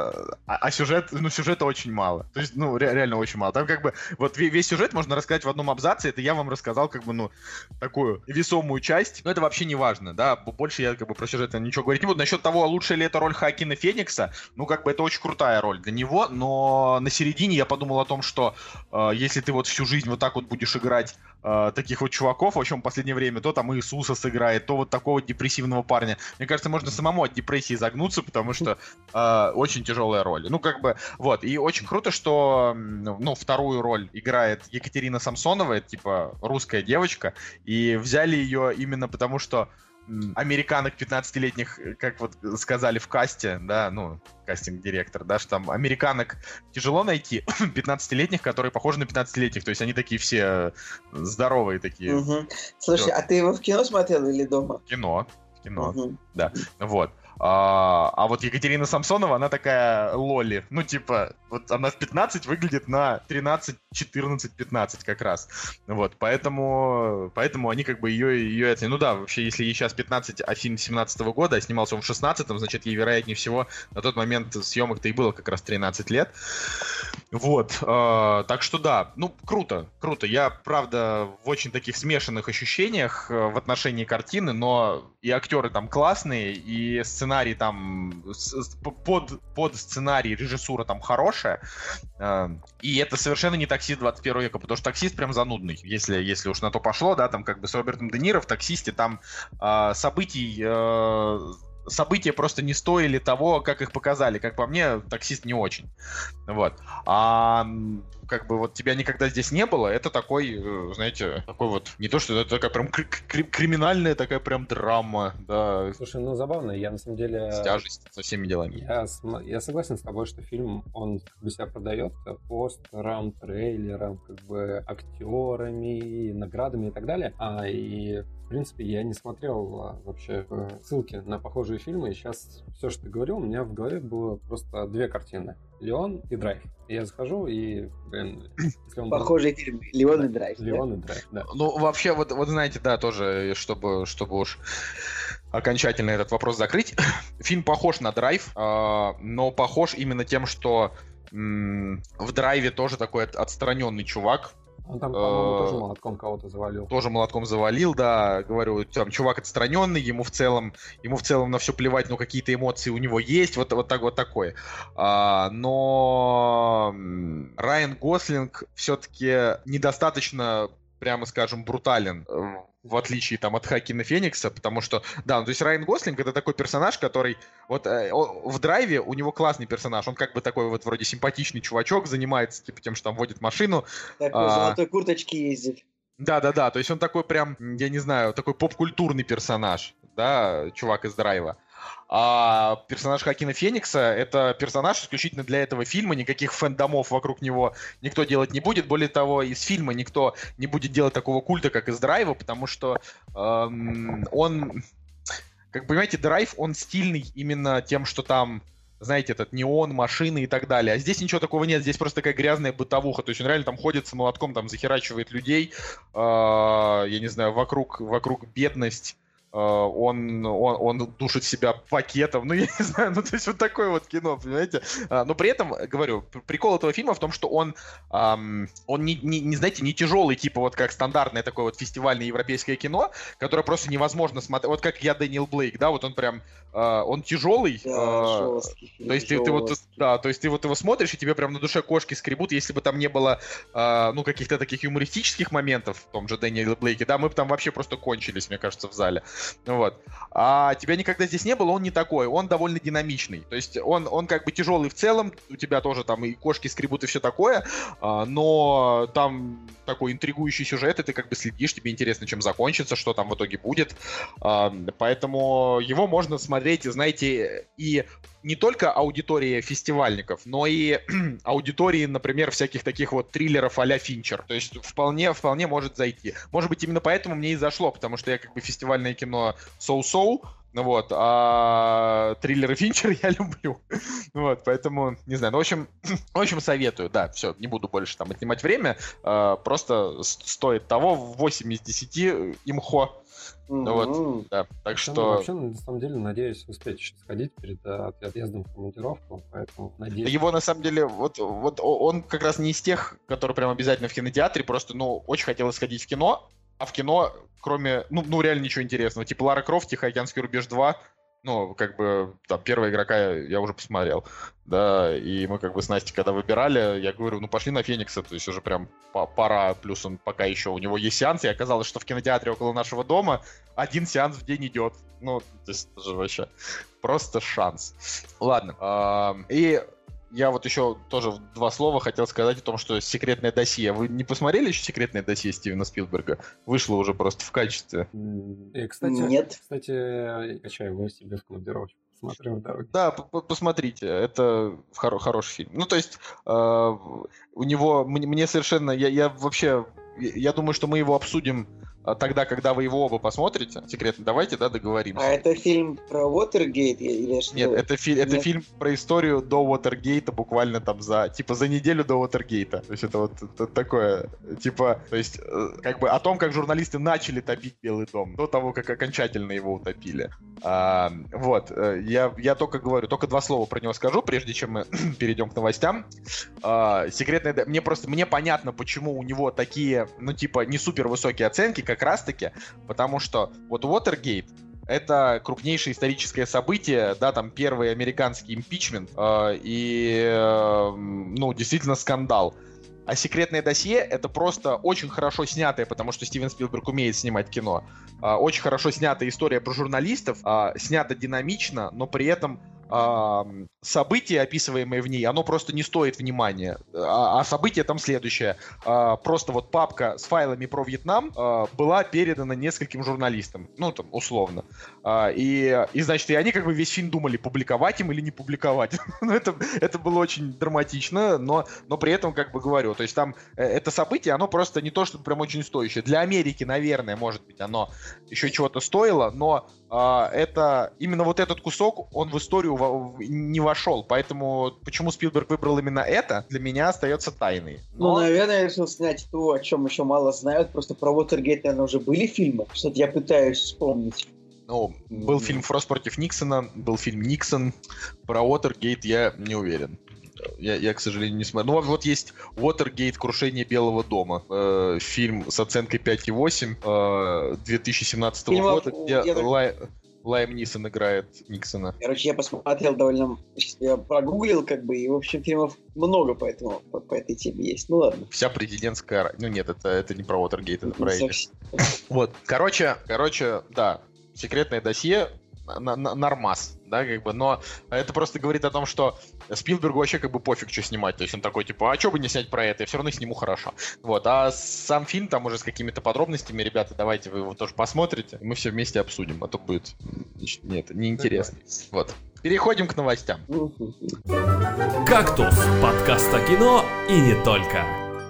а сюжета очень мало. То есть, ну, реально очень мало. Там как бы, вот весь сюжет можно рассказать в одном абзаце, это я вам рассказал, как бы, ну, такую весомую часть, но это вообще не важно, да, больше я, как бы, про сюжет ничего говорить не буду. Насчет того, лучшая ли это роль Хоакина Феникса, ну, как бы, это очень крутая роль для него, но на середине я подумал о том, что если ты вот всю жизнь вот так вот будешь играть таких вот чуваков, в общем, в последнее время, то там Иисуса сыграет, то вот такого депрессивного парня. Мне кажется, можно самому от депрессии загнуться, потому что очень тяжелая роль. Ну, как бы, вот. И очень круто, что, ну, вторую роль играет Екатерина Самсонова, это, типа, русская девочка, и взяли ее именно потому, что американок 15-летних, как вот сказали в касте, да, ну, кастинг-директор, да, что там американок тяжело найти, 15-летних, которые похожи на 15-летних, то есть они такие все здоровые такие. Угу. Слушай, а ты его в кино смотрел или дома? В кино, да, вот. А вот Екатерина Самсонова, она такая лоли. Ну, типа, вот она в 15 выглядит на 13, 14, 15 как раз. Вот, поэтому они как бы ее... Ну да, вообще, если ей сейчас 15, а фильм 17-го года, а снимался он в 16-м, значит, ей, вероятнее всего, на тот момент съемок-то и было как раз 13 лет. Вот, так что да, ну, круто. Я, правда, в очень таких смешанных ощущениях в отношении картины, но и актеры там классные, и сценарий там, под сценарий режиссура там хорошая, и это совершенно не «Таксист 21 века», потому что «Таксист» прям занудный, если уж на то пошло, да, там как бы с Робертом Де Ниро в «Таксисте» там события просто не стоили того, как их показали. Как по мне, «Таксист» не очень. Вот. А как бы вот тебя никогда здесь не было, это такой, знаете, такой вот, не то, что это такая прям криминальная такая прям драма, да. Слушай, ну забавно, я на самом деле... С тяжестью, со всеми делами. Я согласен с тобой, что фильм, он как бы себя продает постером, трейлером, как бы актерами, наградами и так далее. И в принципе, я не смотрел вообще ссылки на похожие фильмы, и сейчас все, что ты говорил, у меня в голове было просто 2 картины. «Леон» и «Драйв». Я захожу и, блин, если он... Похожие фильмы. «Леон» и «Драйв». «Леон» и «Драйв», да. Ну, вообще, вот знаете, да, тоже, чтобы уж окончательно этот вопрос закрыть, фильм похож на «Драйв», но похож именно тем, что в «Драйве» тоже такой отстраненный чувак. Он там, по-моему, тоже молотком кого-то завалил. Тоже молотком завалил, да. Говорю, там чувак отстраненный, ему в целом на все плевать, но какие-то эмоции у него есть, вот такое. Но Райан Гослинг все-таки недостаточно, прямо скажем, брутален, в отличие там от Хоакина Феникса, потому что, да, ну, то есть Райан Гослинг — это такой персонаж, который вот в «Драйве» у него классный персонаж, он как бы такой вот вроде симпатичный чувачок, занимается типа тем, что там водит машину. Такой в золотой курточке ездит. Да, то есть он такой прям, я не знаю, такой поп-культурный персонаж, да, чувак из «Драйва». А персонаж Хоакина Феникса — это персонаж исключительно для этого фильма, никаких фэндомов вокруг него никто делать не будет. Более того, из фильма никто не будет делать такого культа, как из «Драйва», потому что он, как понимаете, «Драйв», он стильный именно тем, что там знаете, этот неон, машины и так далее. А здесь ничего такого нет, здесь просто такая грязная бытовуха. То есть он реально там ходит с молотком, там захерачивает людей, я не знаю, вокруг бедность. Он душит себя пакетом, ну, я не знаю, ну, то есть вот такое вот кино, понимаете? Но при этом, говорю, прикол этого фильма в том, что он не, знаете, не тяжелый, типа вот как стандартное такое вот фестивальное европейское кино, которое просто невозможно смотреть. Вот как «Я, Дэниел Блейк», да, вот он прям, он тяжелый. Да, жесткий фильм, то есть ты вот, да, то есть ты вот его смотришь, и тебе прям на душе кошки скребут, если бы там не было, ну, каких-то таких юмористических моментов в том же «Дэниеле Блейке», да, мы бы там вообще просто кончились, мне кажется, в зале. Вот. А тебя никогда здесь не было, он не такой, он довольно динамичный. То есть он как бы тяжелый в целом, у тебя тоже там и кошки скребут и все такое, но там такой интригующий сюжет, и ты как бы следишь, тебе интересно, чем закончится, что там в итоге будет. Поэтому его можно смотреть, знаете, и не только аудитории фестивальников, но и аудитории, например, всяких таких вот триллеров а-ля Финчер. То есть вполне может зайти. Может быть, именно поэтому мне и зашло, потому что я как бы фестивальное кино so-so, вот, а триллеры Финчер я люблю. Вот, поэтому, не знаю, ну, в общем, советую, да, все, не буду больше там отнимать время, просто стоит того, 8 из 10 имхо. Ну вот, да, так что... Вообще, на самом деле, надеюсь успеть еще сходить перед отъездом в командировку, поэтому надеюсь... Его, на самом деле, вот он как раз не из тех, которые прям обязательно в кинотеатре, просто, ну, очень хотелось сходить в кино, а в кино, кроме, ну реально ничего интересного, типа Лара Крофт, Тихоокеанский рубеж 2, ну, как бы, там, первого игрока я уже посмотрел, да, и мы как бы с Настей, когда выбирали, я говорю, ну, пошли на Феникса, то есть уже прям пора, плюс он пока еще, у него есть сеанс, и оказалось, что в кинотеатре около нашего дома один сеанс в день идет, ну, то есть это же вообще просто шанс. Ладно, и я вот еще тоже в 2 слова хотел сказать о том, что «Секретное досье». Вы не посмотрели еще «Секретное досье» Стивена Спилберга? Вышло уже просто в качестве. И, кстати, Нет. Кстати, я качаю его себе в командировочку. Смотрю в дороге. Да, посмотрите, это хороший фильм. Ну, то есть, у него, мне совершенно, я вообще, я думаю, что мы его обсудим тогда, когда вы его оба посмотрите. Секретно, давайте, да, договоримся. А это фильм про Уотергейт или что? Нет, это фильм про историю до Уотергейта, буквально там за неделю до Уотергейта. То есть это вот это такое, типа, то есть как бы о том, как журналисты начали топить Белый дом, до того, как окончательно его утопили. Вот, я только говорю, только 2 слова про него скажу, прежде чем мы перейдем к новостям. Секретное, мне понятно, почему у него такие, ну, типа, не супер высокие оценки, как раз-таки, потому что вот Уотергейт — это крупнейшее историческое событие, да, там первый американский импичмент, ну, действительно скандал. А «Секретное досье» — это просто очень хорошо снятая, потому что Стивен Спилберг умеет снимать кино, очень хорошо снятая история про журналистов, снята динамично, но при этом событие, описываемое в ней, оно просто не стоит внимания. А событие там следующее. Просто вот папка с файлами про Вьетнам была передана нескольким журналистам. Ну, там, условно. И значит, и они как бы весь фильм думали, публиковать им или не публиковать. Это было очень драматично, но при этом, как бы говорю, то есть там это событие, оно просто не то, что прям очень стоящее. Для Америки, наверное, может быть, оно еще чего-то стоило, но это именно вот этот кусок, он в историю не вошел, поэтому почему Спилберг выбрал именно это, для меня остается тайной. Но... Ну, наверное, я решил снять то, о чем еще мало знают, просто про Уотергейт, наверное, уже были фильмы, что-то я пытаюсь вспомнить. Ну, был фильм «Фрост против Никсона», был фильм «Никсон», про Уотергейт я не уверен. Я, к сожалению, не смотрю. Ну, вот есть «Уотергейт. Крушение Белого дома». Фильм с оценкой 5,8 2017 года, где Лайм Нисон играет Никсона. Короче, я посмотрел довольно... Я прогуглил, как бы, и, в общем, фильмов много по этой теме есть. Ну, ладно. Вся президентская... Ну, нет, это не про Уотергейт, это про Эйдж. Вот. Короче, да. «Секретное досье» нормас, да, как бы, но это просто говорит о том, что Спилбергу вообще как бы пофиг, что снимать, то есть он такой, типа, а что бы не снять про это, я все равно сниму хорошо, вот, а сам фильм там уже с какими-то подробностями, ребята, давайте вы его тоже посмотрите, и мы все вместе обсудим, а то будет, нет, неинтересно, вот. Переходим к новостям. «Кактус» — подкаст о кино и не только.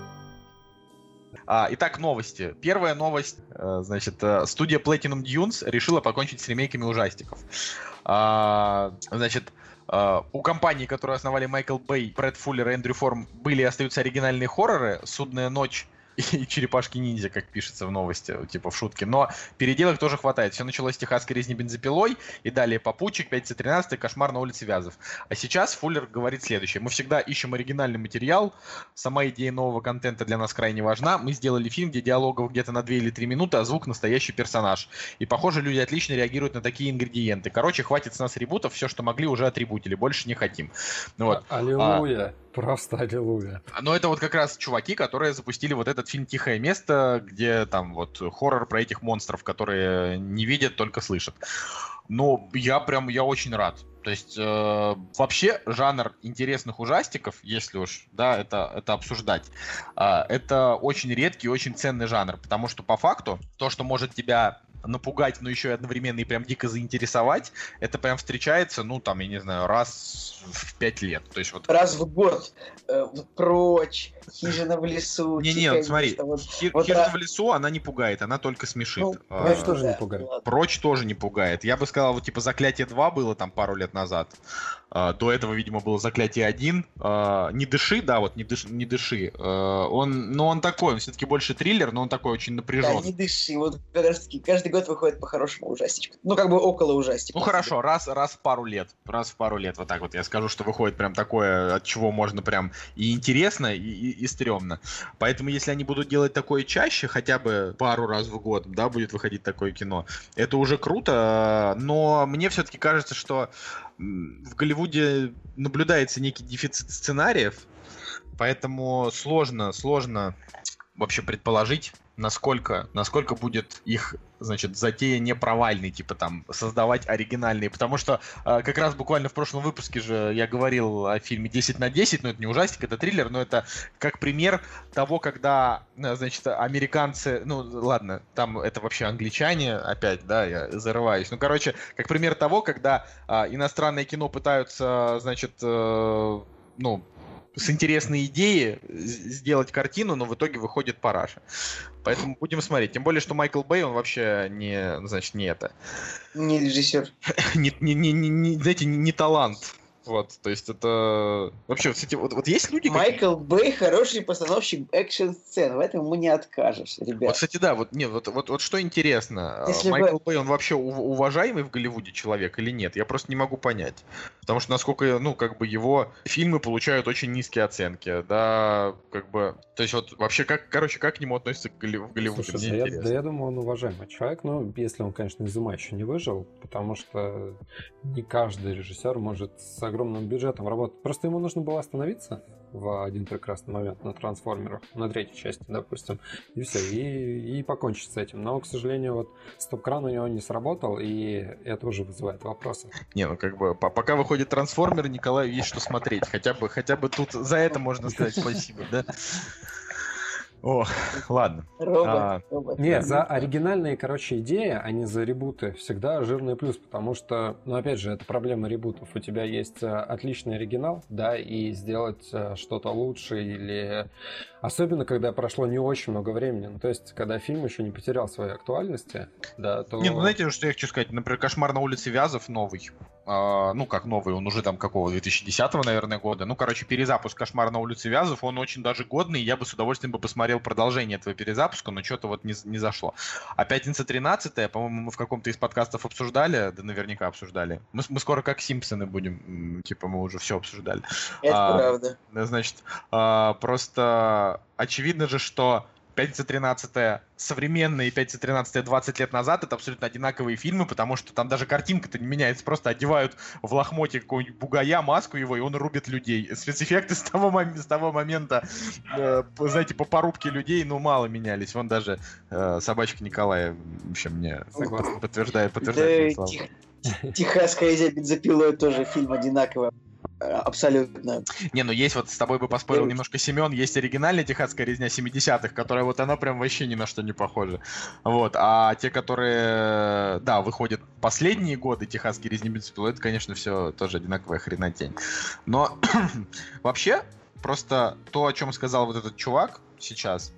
Итак, новости. Первая новость. Значит, студия Platinum Dunes решила покончить с ремейками ужастиков. Значит, у компаний, которые основали Майкл Бэй, Брэд Фуллер и Эндрю Форм, были и остаются оригинальные хорроры «Судная ночь» и «Черепашки-ниндзя», как пишется в новости, типа в шутке. Но переделок тоже хватает. Все началось с «Техасской резни бензопилой», и далее «Попутчик», «Пятница 13», «Кошмар на улице Вязов». А сейчас Фуллер говорит следующее. Мы всегда ищем оригинальный материал. Сама идея нового контента для нас крайне важна. Мы сделали фильм, где диалогов где-то на 2 или 3 минуты, а звук настоящий персонаж. И, похоже, люди отлично реагируют на такие ингредиенты. Короче, хватит с нас ребутов. Все, что могли, уже отребутили. Больше не хотим. Вот. Аллилуйя. Просто аллилуйя. Но это вот как раз чуваки, которые запустили вот этот фильм «Тихое место», где там вот хоррор про этих монстров, которые не видят, только слышат. Но я очень рад. То есть вообще жанр интересных ужастиков, если уж, да, это обсуждать, это очень редкий, очень ценный жанр, потому что по факту то, что может тебя напугать, но еще и одновременно и прям дико заинтересовать, это прям встречается, ну, там, я не знаю, раз в 5 лет. То есть вот... Раз в год. «Прочь», «Хижина в лесу». Не-не, вот смотри, «Хижина в лесу», она не пугает, она только смешит. Ну, «Прочь» тоже не пугает. «Прочь» тоже не пугает. Я бы сказал, вот типа «Заклятие 2» было там пару лет назад. До этого, видимо, было «Заклятие 1». «Не дыши», да, вот «Не дыши». Он такой, он все-таки больше триллер, но он такой очень напряженный. Да, «Не дыши». Вот как раз таки каждый год выходит по-хорошему ужастичку. Ну, как бы около ужастика. Ну, хорошо, раз в пару лет. Раз в пару лет, вот так вот я скажу, что выходит прям такое, от чего можно прям и интересно, и стрёмно. Поэтому, если они будут делать такое чаще, хотя бы пару раз в год, да, будет выходить такое кино, это уже круто, но мне все-таки кажется, что в Голливуде наблюдается некий дефицит сценариев, поэтому сложно вообще предположить, насколько будет их, значит, затея не провальной, типа там создавать оригинальные, потому что как раз буквально в прошлом выпуске же я говорил о фильме 10 на 10, но это не ужастик, это триллер, но это как пример того, когда, значит, американцы, ну ладно, там это вообще англичане, опять, да, я зарываюсь, ну короче, как пример того, когда иностранное кино пытаются, значит, ну, с интересной идеей сделать картину, но в итоге выходит параша. Поэтому будем смотреть. Тем более, что Майкл Бэй, он вообще не, значит, не это. Не режиссер. Знаете, не талант. Вот, то есть это... Вообще, кстати, вот есть люди... Майкл Бэй хороший постановщик экшн-сцен, в этом ему не откажешь, ребят. Вот, кстати, да, вот что интересно, Если Майкл Бэй, он вообще уважаемый в Голливуде человек или нет? Я просто не могу понять. Потому что, насколько, ну, как бы его фильмы получают очень низкие оценки, да, как бы... То есть вот вообще, как к нему относятся в Голливуде? Слушай, я думаю, он уважаемый человек, но если он, конечно, из ума еще не выжил, потому что не каждый режиссер может с огромным бюджетом работать. Просто ему нужно было остановиться в один прекрасный момент на «Трансформерах», на 3-й части, допустим, и все, и покончить с этим. Но, к сожалению, вот стоп-кран у него не сработал, и это уже вызывает вопросы. Не, ну как бы, пока выходит «Трансформер», Николаю есть что смотреть. Хотя бы тут за это можно сказать спасибо, да? О, ладно. Робот. Нет, за оригинальные, короче, идеи, а не за ребуты, всегда жирный плюс, потому что, ну, опять же, это проблема ребутов. У тебя есть отличный оригинал, да, и сделать что-то лучше или... Особенно, когда прошло не очень много времени. Ну, то есть, когда фильм еще не потерял своей актуальности, да, то... Не, ну, знаете, что я хочу сказать? Например, «Кошмар на улице Вязов» новый. Ну, как новый, он уже там какого, 2010-го, наверное, года. Ну, короче, перезапуск «Кошмара на улице Вязов», он очень даже годный. Я бы с удовольствием посмотрел продолжение этого перезапуска, но что-то вот не зашло. А «Пятница 13-я», по-моему, мы в каком-то из подкастов обсуждали, да наверняка обсуждали. Мы скоро как «Симпсоны» будем, типа, мы уже все обсуждали. Это правда. Значит, просто очевидно же, что «Пятница 13-я» современная и «Пятница 13-я» 20 лет назад — это абсолютно одинаковые фильмы, потому что там даже картинка-то не меняется, просто одевают в лохмотье какого-нибудь бугая, маску его, и он рубит людей. Спецэффекты с того момента, знаете, по порубке людей, ну, мало менялись. Вон даже собачка Николая, в общем, мне подтверждает мои слова. «Техасская резня бензопилой» тоже фильм одинаковый. Абсолютно. Не, ну есть вот, с тобой бы поспорил немножко Семен, есть оригинальная «Техасская резня» 70-х, которая вот она прям вообще ни на что не похожа. Вот, а те, которые, да, выходят последние годы «Техасские резни бензопилой», это, конечно, все тоже одинаковая хренотень. Но вообще, просто то, о чем сказал вот этот чувак сейчас,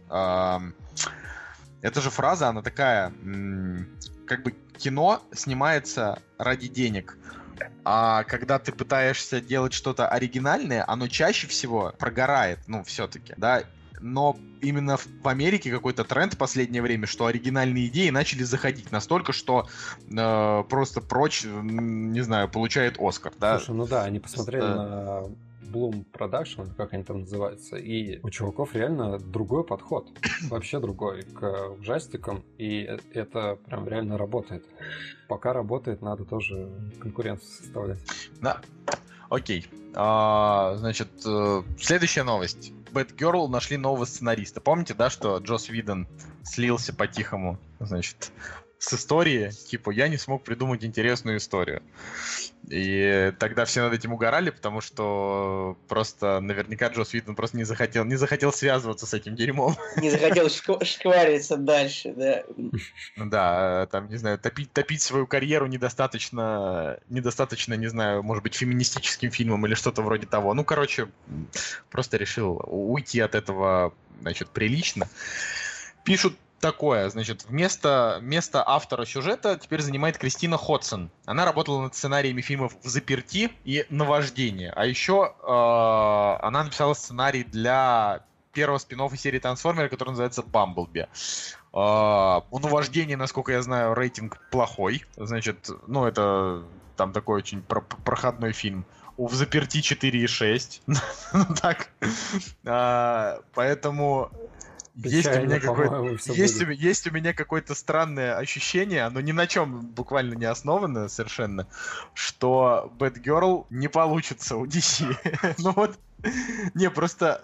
эта же фраза, она такая, как бы кино снимается ради денег. А когда ты пытаешься делать что-то оригинальное, оно чаще всего прогорает, ну, все-таки, да. Но именно в Америке какой-то тренд в последнее время, что оригинальные идеи начали заходить настолько, что просто прочь, не знаю, получает Оскар, да. Слушай, ну да, они посмотрели на Bloom Production, как они там называются, и у чуваков реально другой подход, вообще другой к ужастикам, и это прям реально работает. Пока работает, надо тоже конкуренцию составлять. Да, окей. Значит, следующая новость. Bad Girl нашли нового сценариста. Помните, да, что Джосс Уидон слился по-тихому, значит, с истории, типа, я не смог придумать интересную историю. И тогда все над этим угорали, потому что просто наверняка Джосс Уидон просто не захотел связываться с этим дерьмом. Не захотел шквариться дальше, да. Да, там, не знаю, топить свою карьеру недостаточно, не знаю, может быть, феминистическим фильмом или что-то вроде того. Ну, короче, просто решил уйти от этого, значит, прилично. Пишут такое, значит, вместо автора сюжета теперь занимает Кристина Ходсон. Она работала над сценариями фильмов «Взаперти» и «Наваждение». А еще она написала сценарий для первого спин-оффа серии «Трансформеры», который называется «Бамблби». У «Наваждения», насколько я знаю, рейтинг плохой. Значит, ну, это там такой очень проходной фильм. У «Взаперти» 4,6. Так. Поэтому... Есть у меня какое-то странное ощущение, оно ни на чем буквально не основано совершенно, что Bad Girl не получится у DC. Ну вот, не, просто...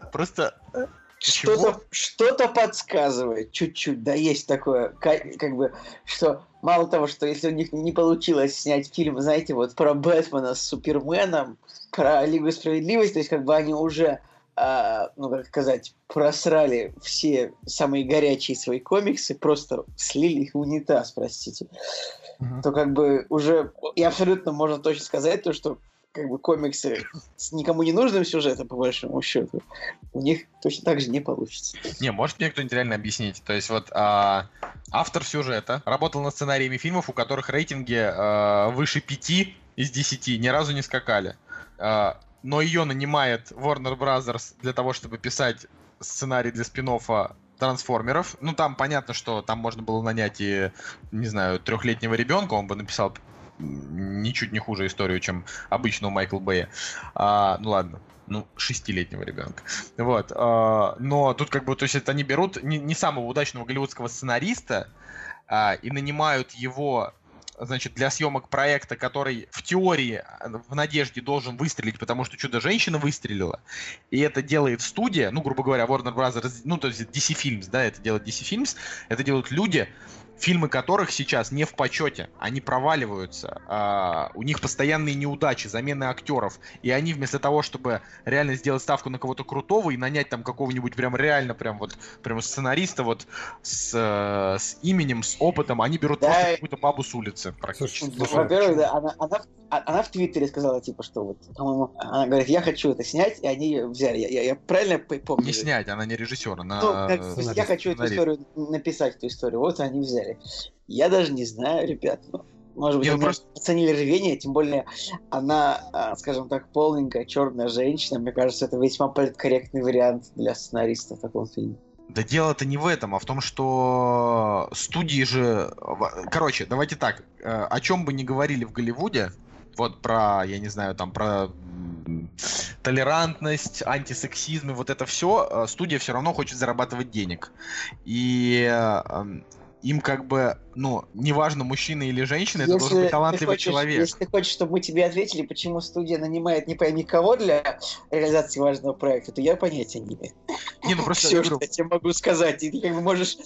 Что-то подсказывает чуть-чуть, да, есть такое, как бы, что мало того, что если у них не получилось снять фильм, знаете, вот про Бэтмена с Суперменом, про Лигу Справедливости, то есть как бы они уже... ну, как сказать, просрали все самые горячие свои комиксы, просто слили их в унитаз, простите. То как бы уже... И абсолютно можно точно сказать то, что как бы комиксы с никому не нужным сюжетом, по большому счету, у них точно так же не получится. Не, может мне кто-нибудь реально объяснить? То есть вот автор сюжета работал над сценариями фильмов, у которых рейтинги выше 5 из 10, ни разу не скакали. Но ее нанимает Warner Brothers для того, чтобы писать сценарий для спин-оффа «Трансформеров». Ну, там понятно, что там можно было нанять и, не знаю, 3-летнего ребенка, он бы написал ничуть не хуже историю, чем обычно у Майкла Бэя. Ну, ладно. Ну, 6-летнего ребенка. Вот. Но тут как бы, то есть, это они берут не самого удачного голливудского сценариста и нанимают его... значит, для съемок проекта, который в теории, в надежде должен выстрелить, потому что «Чудо-женщина» выстрелила, и это делает студия, ну, грубо говоря, Warner Brothers, ну, то есть DC Films, да, это делает DC Films, это делают люди, фильмы которых сейчас не в почете, они проваливаются, у них постоянные неудачи, замены актеров, и они вместо того, чтобы реально сделать ставку на кого-то крутого и нанять там какого-нибудь прям реально прям сценариста вот с именем, с опытом, они берут просто какую-то бабу с улицы практически. Во-первых, да, она в Твиттере сказала, типа, что вот, по-моему, она говорит, я хочу это снять, и они ее взяли. Я правильно помню? Не снять, она не режиссер, она... Ну, я хочу эту историю написать, эту историю, вот они взяли. Я даже не знаю, ребят, может быть, они просто оценили рвение, тем более она, скажем так, полненькая черная женщина, мне кажется, это весьма политкорректный вариант для сценариста в таком фильме. Да дело-то не в этом, а в том, что студии же... Короче, давайте так, о чем бы ни говорили в Голливуде, вот про, я не знаю, там, про толерантность, антисексизм и вот это все, студия все равно хочет зарабатывать денег. И им как бы, ну, неважно, мужчина или женщина, это должен быть талантливый человек. Если ты хочешь, чтобы мы тебе ответили, почему студия нанимает не пойми кого для реализации важного проекта, то я понятия не имею. Не, ну просто... Все, что я тебе могу сказать. И ты как бы можешь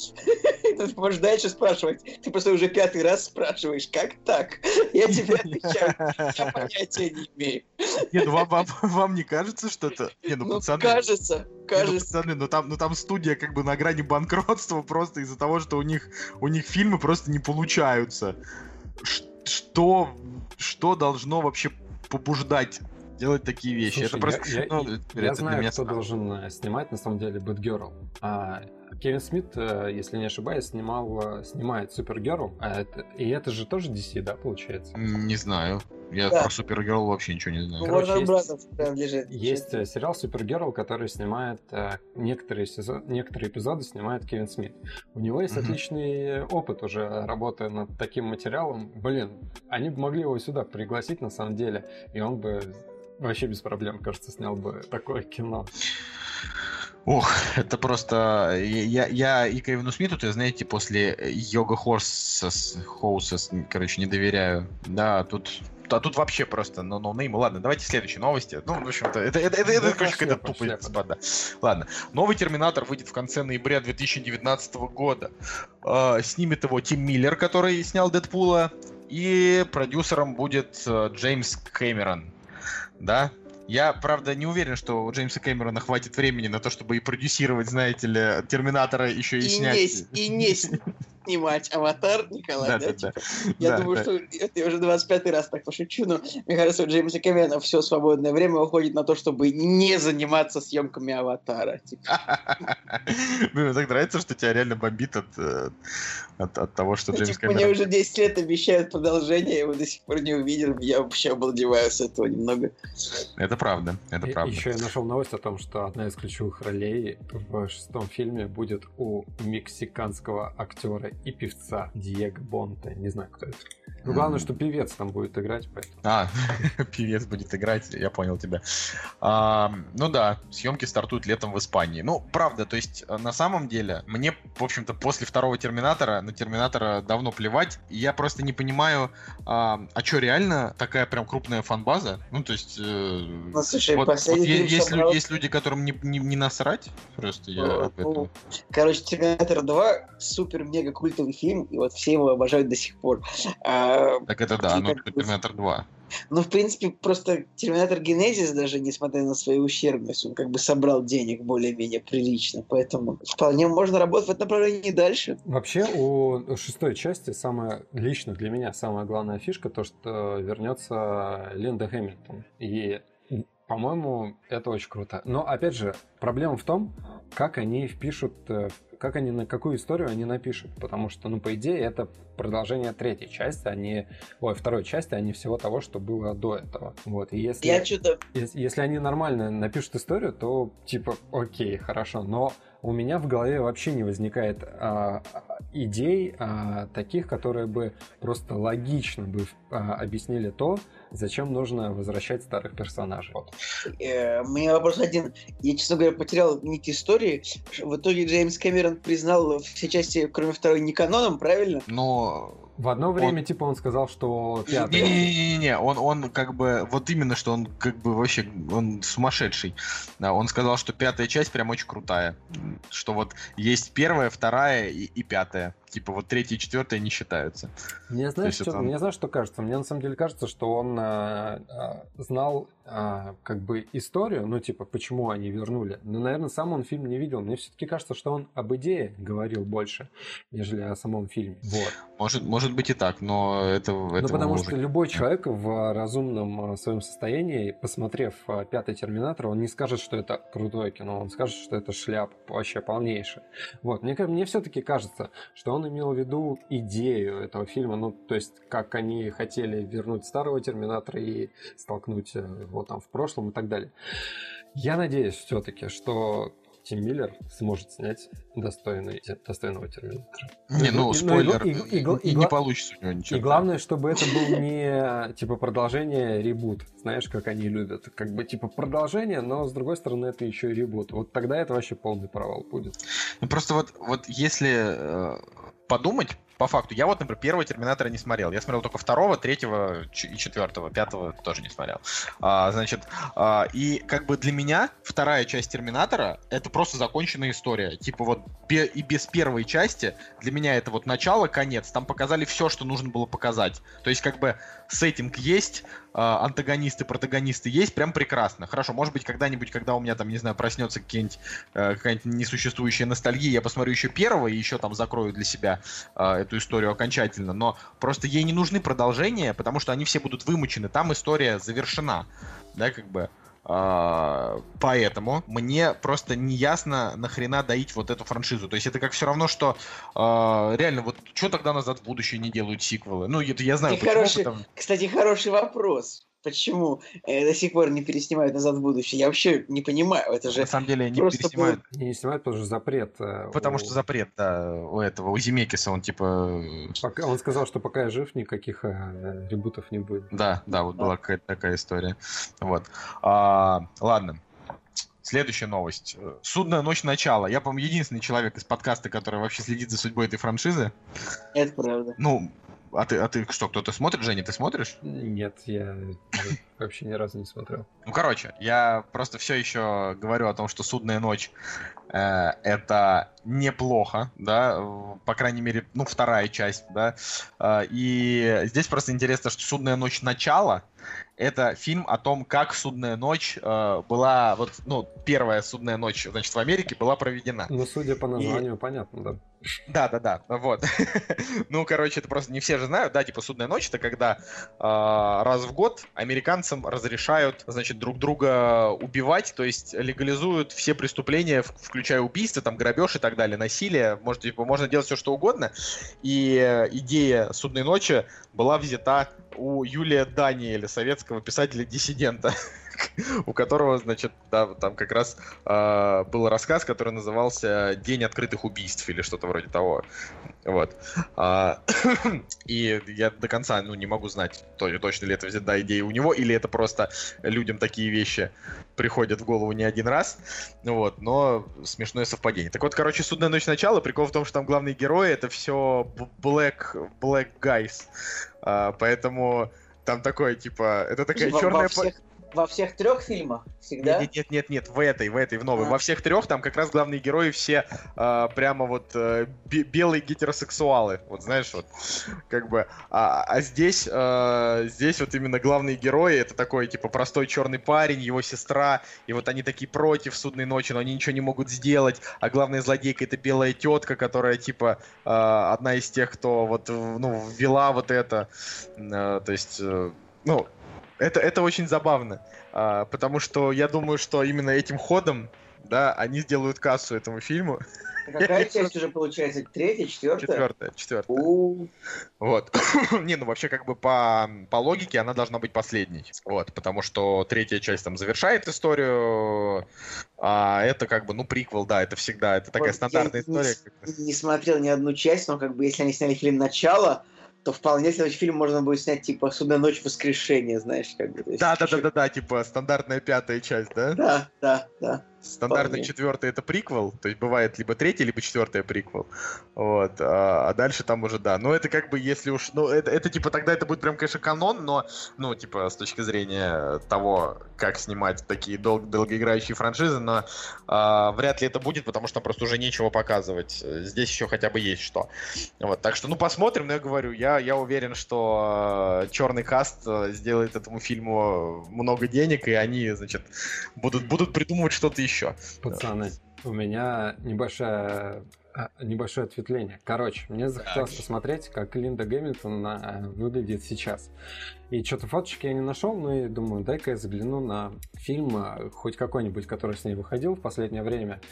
дальше спрашивать. Ты просто уже 5-й раз спрашиваешь, как так? Я тебе отвечаю, я понятия не имею. Не, ну вам не кажется, что это... Не, ну, пацаны... Кажется. Не, ну, пацаны, ну там студия как бы на грани банкротства просто из-за того, что у них фильмы просто не получаются. Что должно вообще побуждать делать такие вещи? Слушай, это просто... я знаю, кто должен снимать на самом деле Bad Girl. Кевин Смит, если не ошибаюсь, снимает Супергерл, и это же тоже DC, да, получается? Не знаю. Я Да. про Супергерл вообще ничего не знаю. Ну, Короче, Warner есть- Brothers принадлежит. Есть сериал Супергерл, который снимает некоторые эпизоды снимает Кевин Смит. У него есть Мгм. отличный опыт уже работы над таким материалом. Блин, они бы могли его сюда пригласить на самом деле, и он бы вообще без проблем, кажется, снял бы такое кино. Ох, это просто... Я и Кевину Смиту, ты знаете, после Йога Хоуса, короче, не доверяю. Да, тут вообще просто ноунейм. Ладно, давайте следующие новости. Ну, в общем-то, это короче, какая-то тупость, господа. Ладно. Новый Терминатор выйдет в конце ноября 2019 года. Снимет его Тим Миллер, который снял Дэдпула, и продюсером будет Джеймс Кэмерон. Да? Я, правда, не уверен, что у Джеймса Кэмерона хватит времени на то, чтобы и продюсировать, знаете ли, Терминатора еще и снять. Не снимать «Аватар», Николай, да? Да. Типа, я думаю, что это я уже 25-й раз так пошучу, но мне кажется, у Джеймса Кэмерона все свободное время уходит на то, чтобы не заниматься съемками «Аватара». Типа. Мне так нравится, что тебя реально бомбит от того, что Джеймс Типа, мне Кэмерон... уже 10 лет обещают продолжение, я его до сих пор не увидел, я вообще обалдеваю с этого немного. Это правда, это правда. Еще я нашел новость о том, что одна из ключевых ролей в 6-м фильме будет у мексиканского актера и певца Диего Бонте. Не знаю, кто это. Ну, главное, что певец там будет играть, поэтому... Певец будет играть, я понял тебя. Ну да, съемки стартуют летом в Испании. Ну, правда, то есть, на самом деле, мне, в общем-то, после второго Терминатора, на Терминатора давно плевать. И я просто не понимаю, что реально такая прям крупная фан-база? Ну, то есть... Ну, слушай, вот последний фильм есть, собрал- есть люди, которым не насрать, просто я об этом. Ну, короче, «Терминатор 2» супер-мега культовый фильм, и вот все его обожают до сих пор. Так это да, ну, как бы- Терминатор 2. Ну, в принципе, просто «Терминатор Генезис», даже несмотря на свою ущербность, он как бы собрал денег более-менее прилично, поэтому вполне можно работать в этом направлении дальше. Вообще, у 6-й части лично для меня самая главная фишка то, что вернется Линда Хэмилтон. И, по-моему, это очень круто. Но, опять же, проблема в том, как они впишут, на какую историю они напишут. Потому что, ну, по идее, это продолжение третьей части, второй части, а не всего того, что было до этого. Вот. И если они нормально напишут историю, то, типа, окей, хорошо. Но у меня в голове вообще не возникает идей таких, которые бы просто логично бы объяснили то, зачем нужно возвращать старых персонажей. Вот. У меня вопрос один. Я, честно говоря, потерял нить истории. В итоге Джеймс Кэмерон признал все части, кроме второй, не каноном, правильно? Но... В одно время, типа, он сказал, что пятый... Не-не-не, он как бы, вот именно, что он как бы вообще, он сумасшедший. Да, он сказал, что пятая часть прям очень крутая. Что вот есть первая, вторая и пятая. Типа вот третья и четвертая не считаются. Мне знаешь, что кажется? Мне на самом деле кажется, что он знал как бы историю, ну типа почему они вернули. Но, наверное, сам он фильм не видел. Мне все-таки кажется, что он об идее говорил больше, нежели о самом фильме. Вот. Может быть и так, но это... Ну потому что любой человек в разумном своем состоянии, посмотрев «Пятый Терминатор», он не скажет, что это крутое кино, он скажет, что это шляпа вообще полнейшая. Вот. Мне все-таки кажется, что он имел в виду идею этого фильма, ну, то есть, как они хотели вернуть старого Терминатора и столкнуть его там в прошлом и так далее. Я надеюсь все-таки, что Тим Миллер сможет снять достойного Терминатора. Спойлер, не получится у него ничего. И главное, чтобы это был не типа продолжение, ребут. Знаешь, как они любят. Как бы типа продолжение, но с другой стороны это еще и ребут. Вот тогда это вообще полный провал будет. Ну просто вот если подумать, по факту, я вот, например, первого Терминатора не смотрел. Я смотрел только второго, третьего и четвертого. Пятого тоже не смотрел. И как бы для меня вторая часть Терминатора — это просто законченная история. Типа вот и без первой части для меня это вот начало, конец. Там показали все, что нужно было показать. То есть как бы сеттинг есть, антагонисты, протагонисты есть, прям прекрасно. Хорошо, может быть, когда-нибудь, когда у меня там, не знаю, проснется какая-нибудь несуществующая ностальгия, я посмотрю еще первого и еще там закрою для себя эту историю окончательно, но просто ей не нужны продолжения, потому что они все будут вымучены, там история завершена, да, как бы. Поэтому мне просто не ясно, нахрена доить вот эту франшизу. То есть это как все равно, что реально, вот что тогда «Назад в будущее» не делают сиквелы? Ну, это я знаю, почему. Кстати, хороший вопрос. Почему до сих пор не переснимают «Назад в будущее»? Я вообще не понимаю. Это же на самом деле не переснимают. Не снимают, потому что запрет. Потому что запрет, да, у Земекиса, он типа... Он сказал, что пока я жив, никаких ребутов не будет. Да, вот была какая-то такая история. Вот. Ладно. Следующая новость. «Судная ночь. Начало». Я, по-моему, единственный человек из подкаста, который вообще следит за судьбой этой франшизы. Это правда. Ну, а ты что, кто-то смотрит, Женя, ты смотришь? Нет, я вообще ни разу не смотрел. Ну, короче, я просто все еще говорю о том, что «Судная ночь» это неплохо, да, по крайней мере, ну, вторая часть, да, и здесь просто интересно, что «Судная ночь. Начало» — это фильм о том, как судная ночь была, вот, ну, первая судная ночь, значит, в Америке была проведена. Ну, судя по названию, понятно, да. Да, вот. Ну, короче, это просто не все же знают, да, типа судная ночь — это когда раз в год американцам разрешают, значит, друг друга убивать, то есть легализуют все преступления, включая убийства, там, грабеж и так далее, насилие, можно делать все, что угодно. И идея судной ночи была взята у Юлия Даниэля, советского писателя-диссидента, у которого, значит, да, там как раз был рассказ, который назывался «День открытых убийств» или что-то вроде того. Вот. И я до конца, ну, не могу знать, точно ли это взята идея у него, или это просто людям такие вещи приходят в голову не один раз. Вот, но смешное совпадение. Так вот, короче, «Судная ночь. Начало». Прикол в том, что там главные герои — это все black guys. Поэтому там такое, типа, это такая черная... Во всех трех фильмах всегда? Нет, в этой, в новой. Во всех трех там как раз главные герои все прямо вот белые гетеросексуалы. Вот знаешь, вот как бы. Здесь вот именно главные герои — это такой типа простой черный парень, его сестра, и вот они такие против судной ночи, но они ничего не могут сделать. А главная злодейка — это белая тетка, которая типа одна из тех, кто вот, ну, ввела вот это. То есть, ну... Это очень забавно, потому что я думаю, что именно этим ходом, да, они сделают кассу этому фильму. Какая часть уже получается? Третья, четвертая? Четвертая. Вот. Не, ну вообще как бы по логике она должна быть последней. Вот, потому что третья часть там завершает историю, а это как бы, ну, приквел, да, это всегда, это такая стандартная история. Не смотрел ни одну часть, но как бы если они сняли фильм «Начало», то вполне следующий фильм можно будет снять, типа, «Судная ночь. Воскрешение», знаешь, как бы. Да, типа, стандартная пятая часть, да? Да. Стандартная четвертая — это приквел, то есть бывает либо третья, либо четвертая приквел. Вот. А дальше там уже, да. Но это как бы, если уж... Ну, это типа, тогда это будет прям, конечно, канон, но, ну, типа, с точки зрения того, как снимать такие долгоиграющие франшизы, но вряд ли это будет, потому что там просто уже нечего показывать. Здесь еще хотя бы есть что. Вот. Так что, ну, посмотрим, но я говорю, я уверен, что черный каст сделает этому фильму много денег, и они, значит, будут придумывать что-то еще. Пацаны, у меня небольшое ответвление. Короче, мне захотелось посмотреть, как Линда Гэмильтон выглядит сейчас. И что-то фоточки я не нашел, но и думаю, дай-ка я загляну на фильм, хоть какой-нибудь, который с ней выходил в последнее время.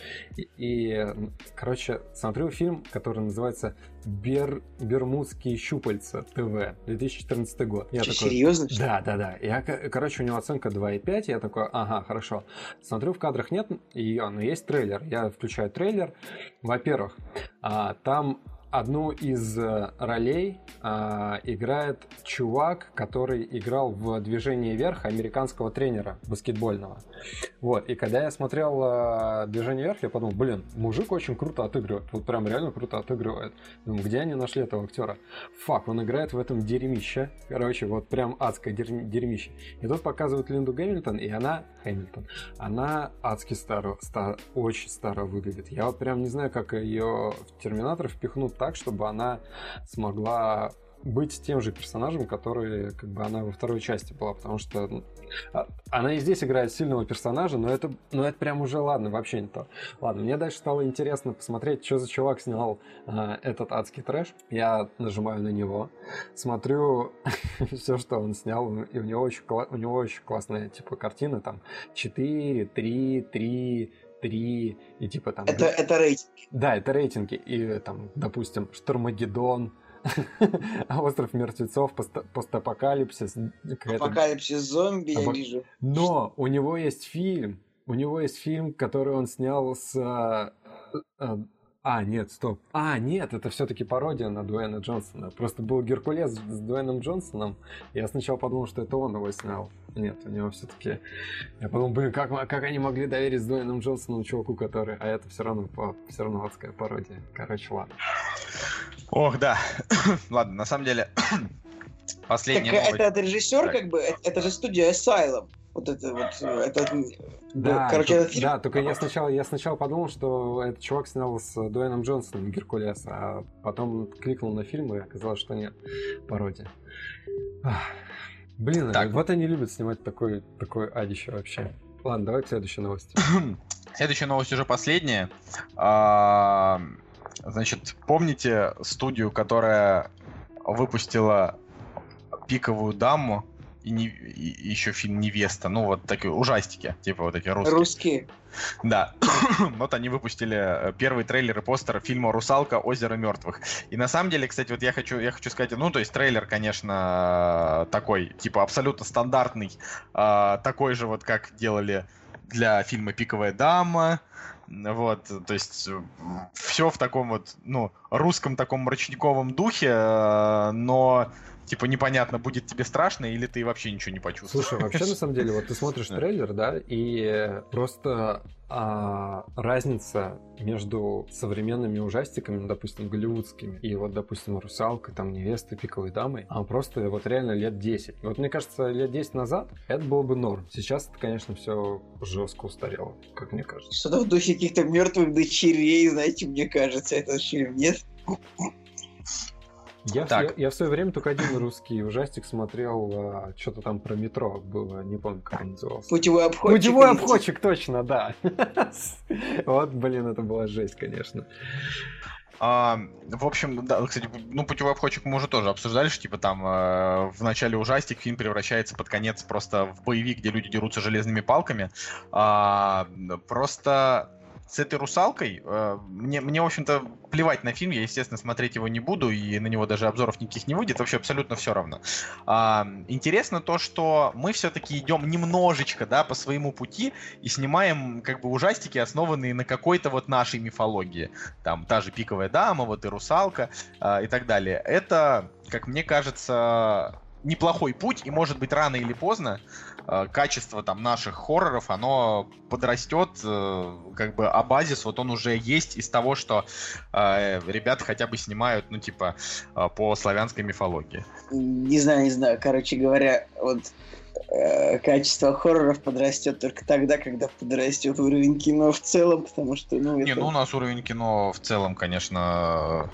И короче, смотрю фильм, который называется «Бермудские щупальца ТВ», 2014 год. Что, серьезно? Да. Короче, у него оценка 2,5, я такой, ага, хорошо. Смотрю, в кадрах нет ее, но есть трейлер. Я включаю трейлер. Во-первых, там одну из ролей играет чувак, который играл в «Движении вверх» американского тренера баскетбольного. Вот, и когда я смотрел «Движение вверх», я подумал, блин, мужик очень круто отыгрывает, вот прям реально круто отыгрывает. Думаю, где они нашли этого актера? Фак, он играет в этом дерьмище, короче, вот прям адское дерьмище. И тут показывают Линду Гэмильтон, и она адски очень старо выглядит. Я вот прям не знаю, как ее в «Терминатор» впихнут так, чтобы она смогла быть тем же персонажем, который как бы она во второй части была, потому что она и здесь играет сильного персонажа, но это прям уже ладно, вообще не то. Ладно, мне дальше стало интересно посмотреть, что за чувак снял этот адский трэш. Я нажимаю на него, смотрю все, что он снял, и у него очень классная типа картина, там 4, 3, 3, 3, и типа там... Это рейтинг. Да, это рейтинги. И там, допустим, Штормагеддон, Остров мертвецов, постапокалипсис. Апокалипсис зомби, я вижу. Но у него есть фильм, который он снял с... нет, стоп. Нет, это все-таки пародия на Дуэйна Джонсона. Просто был Геркулес с Дуэйном Джонсоном. Я сначала подумал, что это он его снял. Нет, у него все-таки... Я подумал, как они могли доверить с Дуэйном Джонсоном чуваку, который... А это все равно адская пародия. Короче, ладно. Ох, да. Ладно, на самом деле... Последняя новость. Это режиссер, как бы, это же студия Asylum. Вот это вот, да, короче, этот фильм... Да, только я сначала подумал, что этот чувак снял с Дуэйном Джонсоном Геркулес, а потом кликнул на фильм, и оказалось, что нет, пародия. Блин, так. Вот они любят снимать такой адище вообще. Ладно, давай к следующей новости. Следующая новость уже последняя. Значит, помните студию, которая выпустила «Пиковую даму» и еще фильм «Невеста», ну вот такие ужастики, типа вот такие русские. Да. Вот они выпустили первый трейлер и постер фильма «Русалка. Озеро мертвых». И на самом деле, кстати, вот я хочу сказать, ну, то есть трейлер, конечно, такой, типа абсолютно стандартный, такой же вот, как делали для фильма «Пиковая дама». Вот, то есть все в таком вот, ну, русском таком мрачниковом духе, но типа непонятно, будет тебе страшно или ты вообще ничего не почувствуешь. Слушай, вообще на самом деле, вот ты смотришь трейлер, да, и просто разница между современными ужастиками, допустим, голливудскими, и вот, допустим, «Русалкой», там, «Невестой», «Пиковой дамой», она просто вот реально лет 10. Вот мне кажется, лет 10 назад это было бы норм. Сейчас это, конечно, все жестко устарело, как мне кажется. Что-то в духе каких-то мертвых дочерей, знаете, мне кажется, этот фильм, нет? Я в свое время только один русский ужастик смотрел, что-то там про метро было, не помню, как он назывался. «Путевой обходчик». «Путевой обходчик», точно, да. Вот, блин, это была жесть, конечно. В общем, да, кстати, ну, «Путевой обходчик» мы уже тоже обсуждали, что типа там в начале ужастик, фильм превращается под конец просто в боевик, где люди дерутся железными палками. Просто с этой «Русалкой» мне, в общем-то, плевать на фильм, я, естественно, смотреть его не буду, и на него даже обзоров никаких не выйдет, вообще абсолютно все равно. Интересно то, что мы все-таки идем немножечко, да, по своему пути и снимаем, как бы, ужастики, основанные на какой-то вот нашей мифологии. Там та же «Пиковая дама», вот и «Русалка» и так далее. Это, как мне кажется, неплохой путь, и, может быть, рано или поздно качество там наших хорроров, оно подрастет, как бы, а базис вот он уже есть из того, что ребята хотя бы снимают, ну, типа, по славянской мифологии. Не знаю, короче говоря, вот качество хорроров подрастет только тогда, когда подрастет уровень кино в целом, потому что, ну, Не, это... ну, у нас уровень кино в целом, конечно...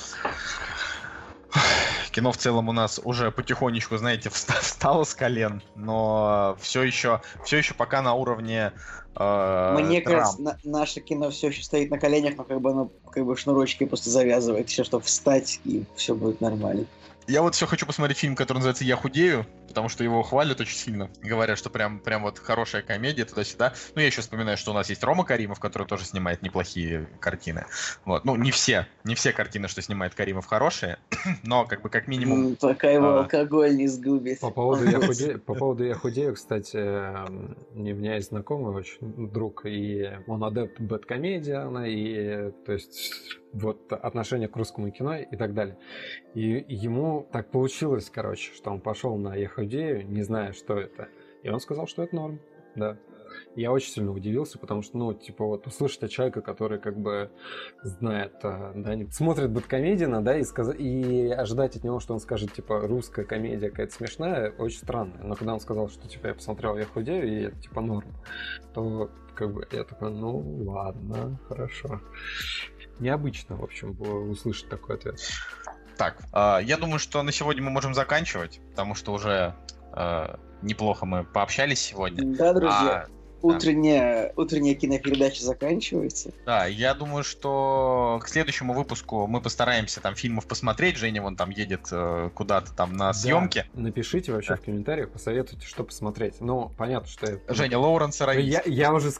Кино в целом у нас уже потихонечку, знаете, встало с колен, но все еще пока на уровне Мне кажется, наше кино все еще стоит на коленях, но как бы оно шнурочки просто завязывает, все, чтобы встать, и все будет нормально. Я вот все хочу посмотреть фильм, который называется «Я худею», потому что его хвалят очень сильно. Говорят, что прям вот хорошая комедия туда-сюда. Ну, я еще вспоминаю, что у нас есть Рома Каримов, который тоже снимает неплохие картины. Вот. Ну, не все картины, что снимает Каримов, хорошие, но как минимум... Пока его алкоголь не сгубит. По поводу «Я худею», кстати, у меня есть знакомый очень друг, и он адепт бэдкомедиана, и, то есть, вот отношение к русскому кино и так далее. И ему так получилось, короче, что он пошел на «Я худею», не зная, что это. И он сказал, что это норм, да. Я очень сильно удивился, потому что, ну, типа, вот услышать от человека, который как бы знает, да, смотрит бэдкомедиана, да, и ожидать от него, что он скажет, типа, русская комедия какая-то смешная, очень странно. Но когда он сказал, что, типа, я посмотрел «Я худею», и это, типа, норм, то, как бы, я такой, ну, ладно, хорошо. Необычно, в общем, было услышать такой ответ. Так, я думаю, что на сегодня мы можем заканчивать, потому что уже неплохо мы пообщались сегодня. Да, друзья. Утренняя кинопередача заканчивается. Да, я думаю, что к следующему выпуску мы постараемся там фильмов посмотреть. Женя вон там едет куда-то там на съемки. Да. Напишите вообще в комментариях, посоветуйте, что посмотреть. Ну, понятно, что... Женя, Лоуренс Аравийский. Я уже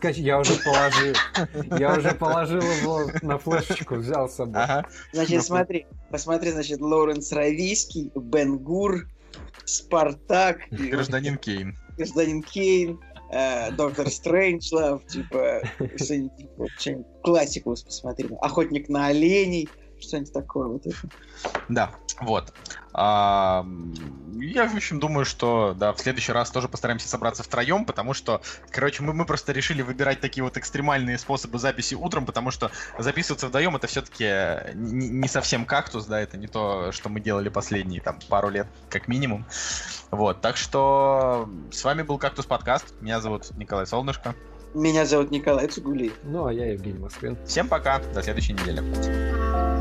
положил его на флешечку, взял с собой. Ага. Значит, посмотри, значит, Лоуренс Аравийский, Бен-Гур, Спартак, Гражданин Кейн. Доктор Стрэнджлав, типа, что-нибудь классику посмотрим. Охотник на оленей, что-нибудь такое вот это. Да, вот. Я, в общем, думаю, что да, в следующий раз тоже постараемся собраться втроем, потому что, короче, мы просто решили выбирать такие вот экстремальные способы записи утром, потому что записываться вдвоем это все-таки не совсем кактус, да, это не то, что мы делали последние там пару лет, как минимум. Вот, так что с вами был Кактус Подкаст. Меня зовут Николай Солнышко. Меня зовут Николай Цугулиев. Ну, а я Евгений Москвин. Всем пока, до следующей недели.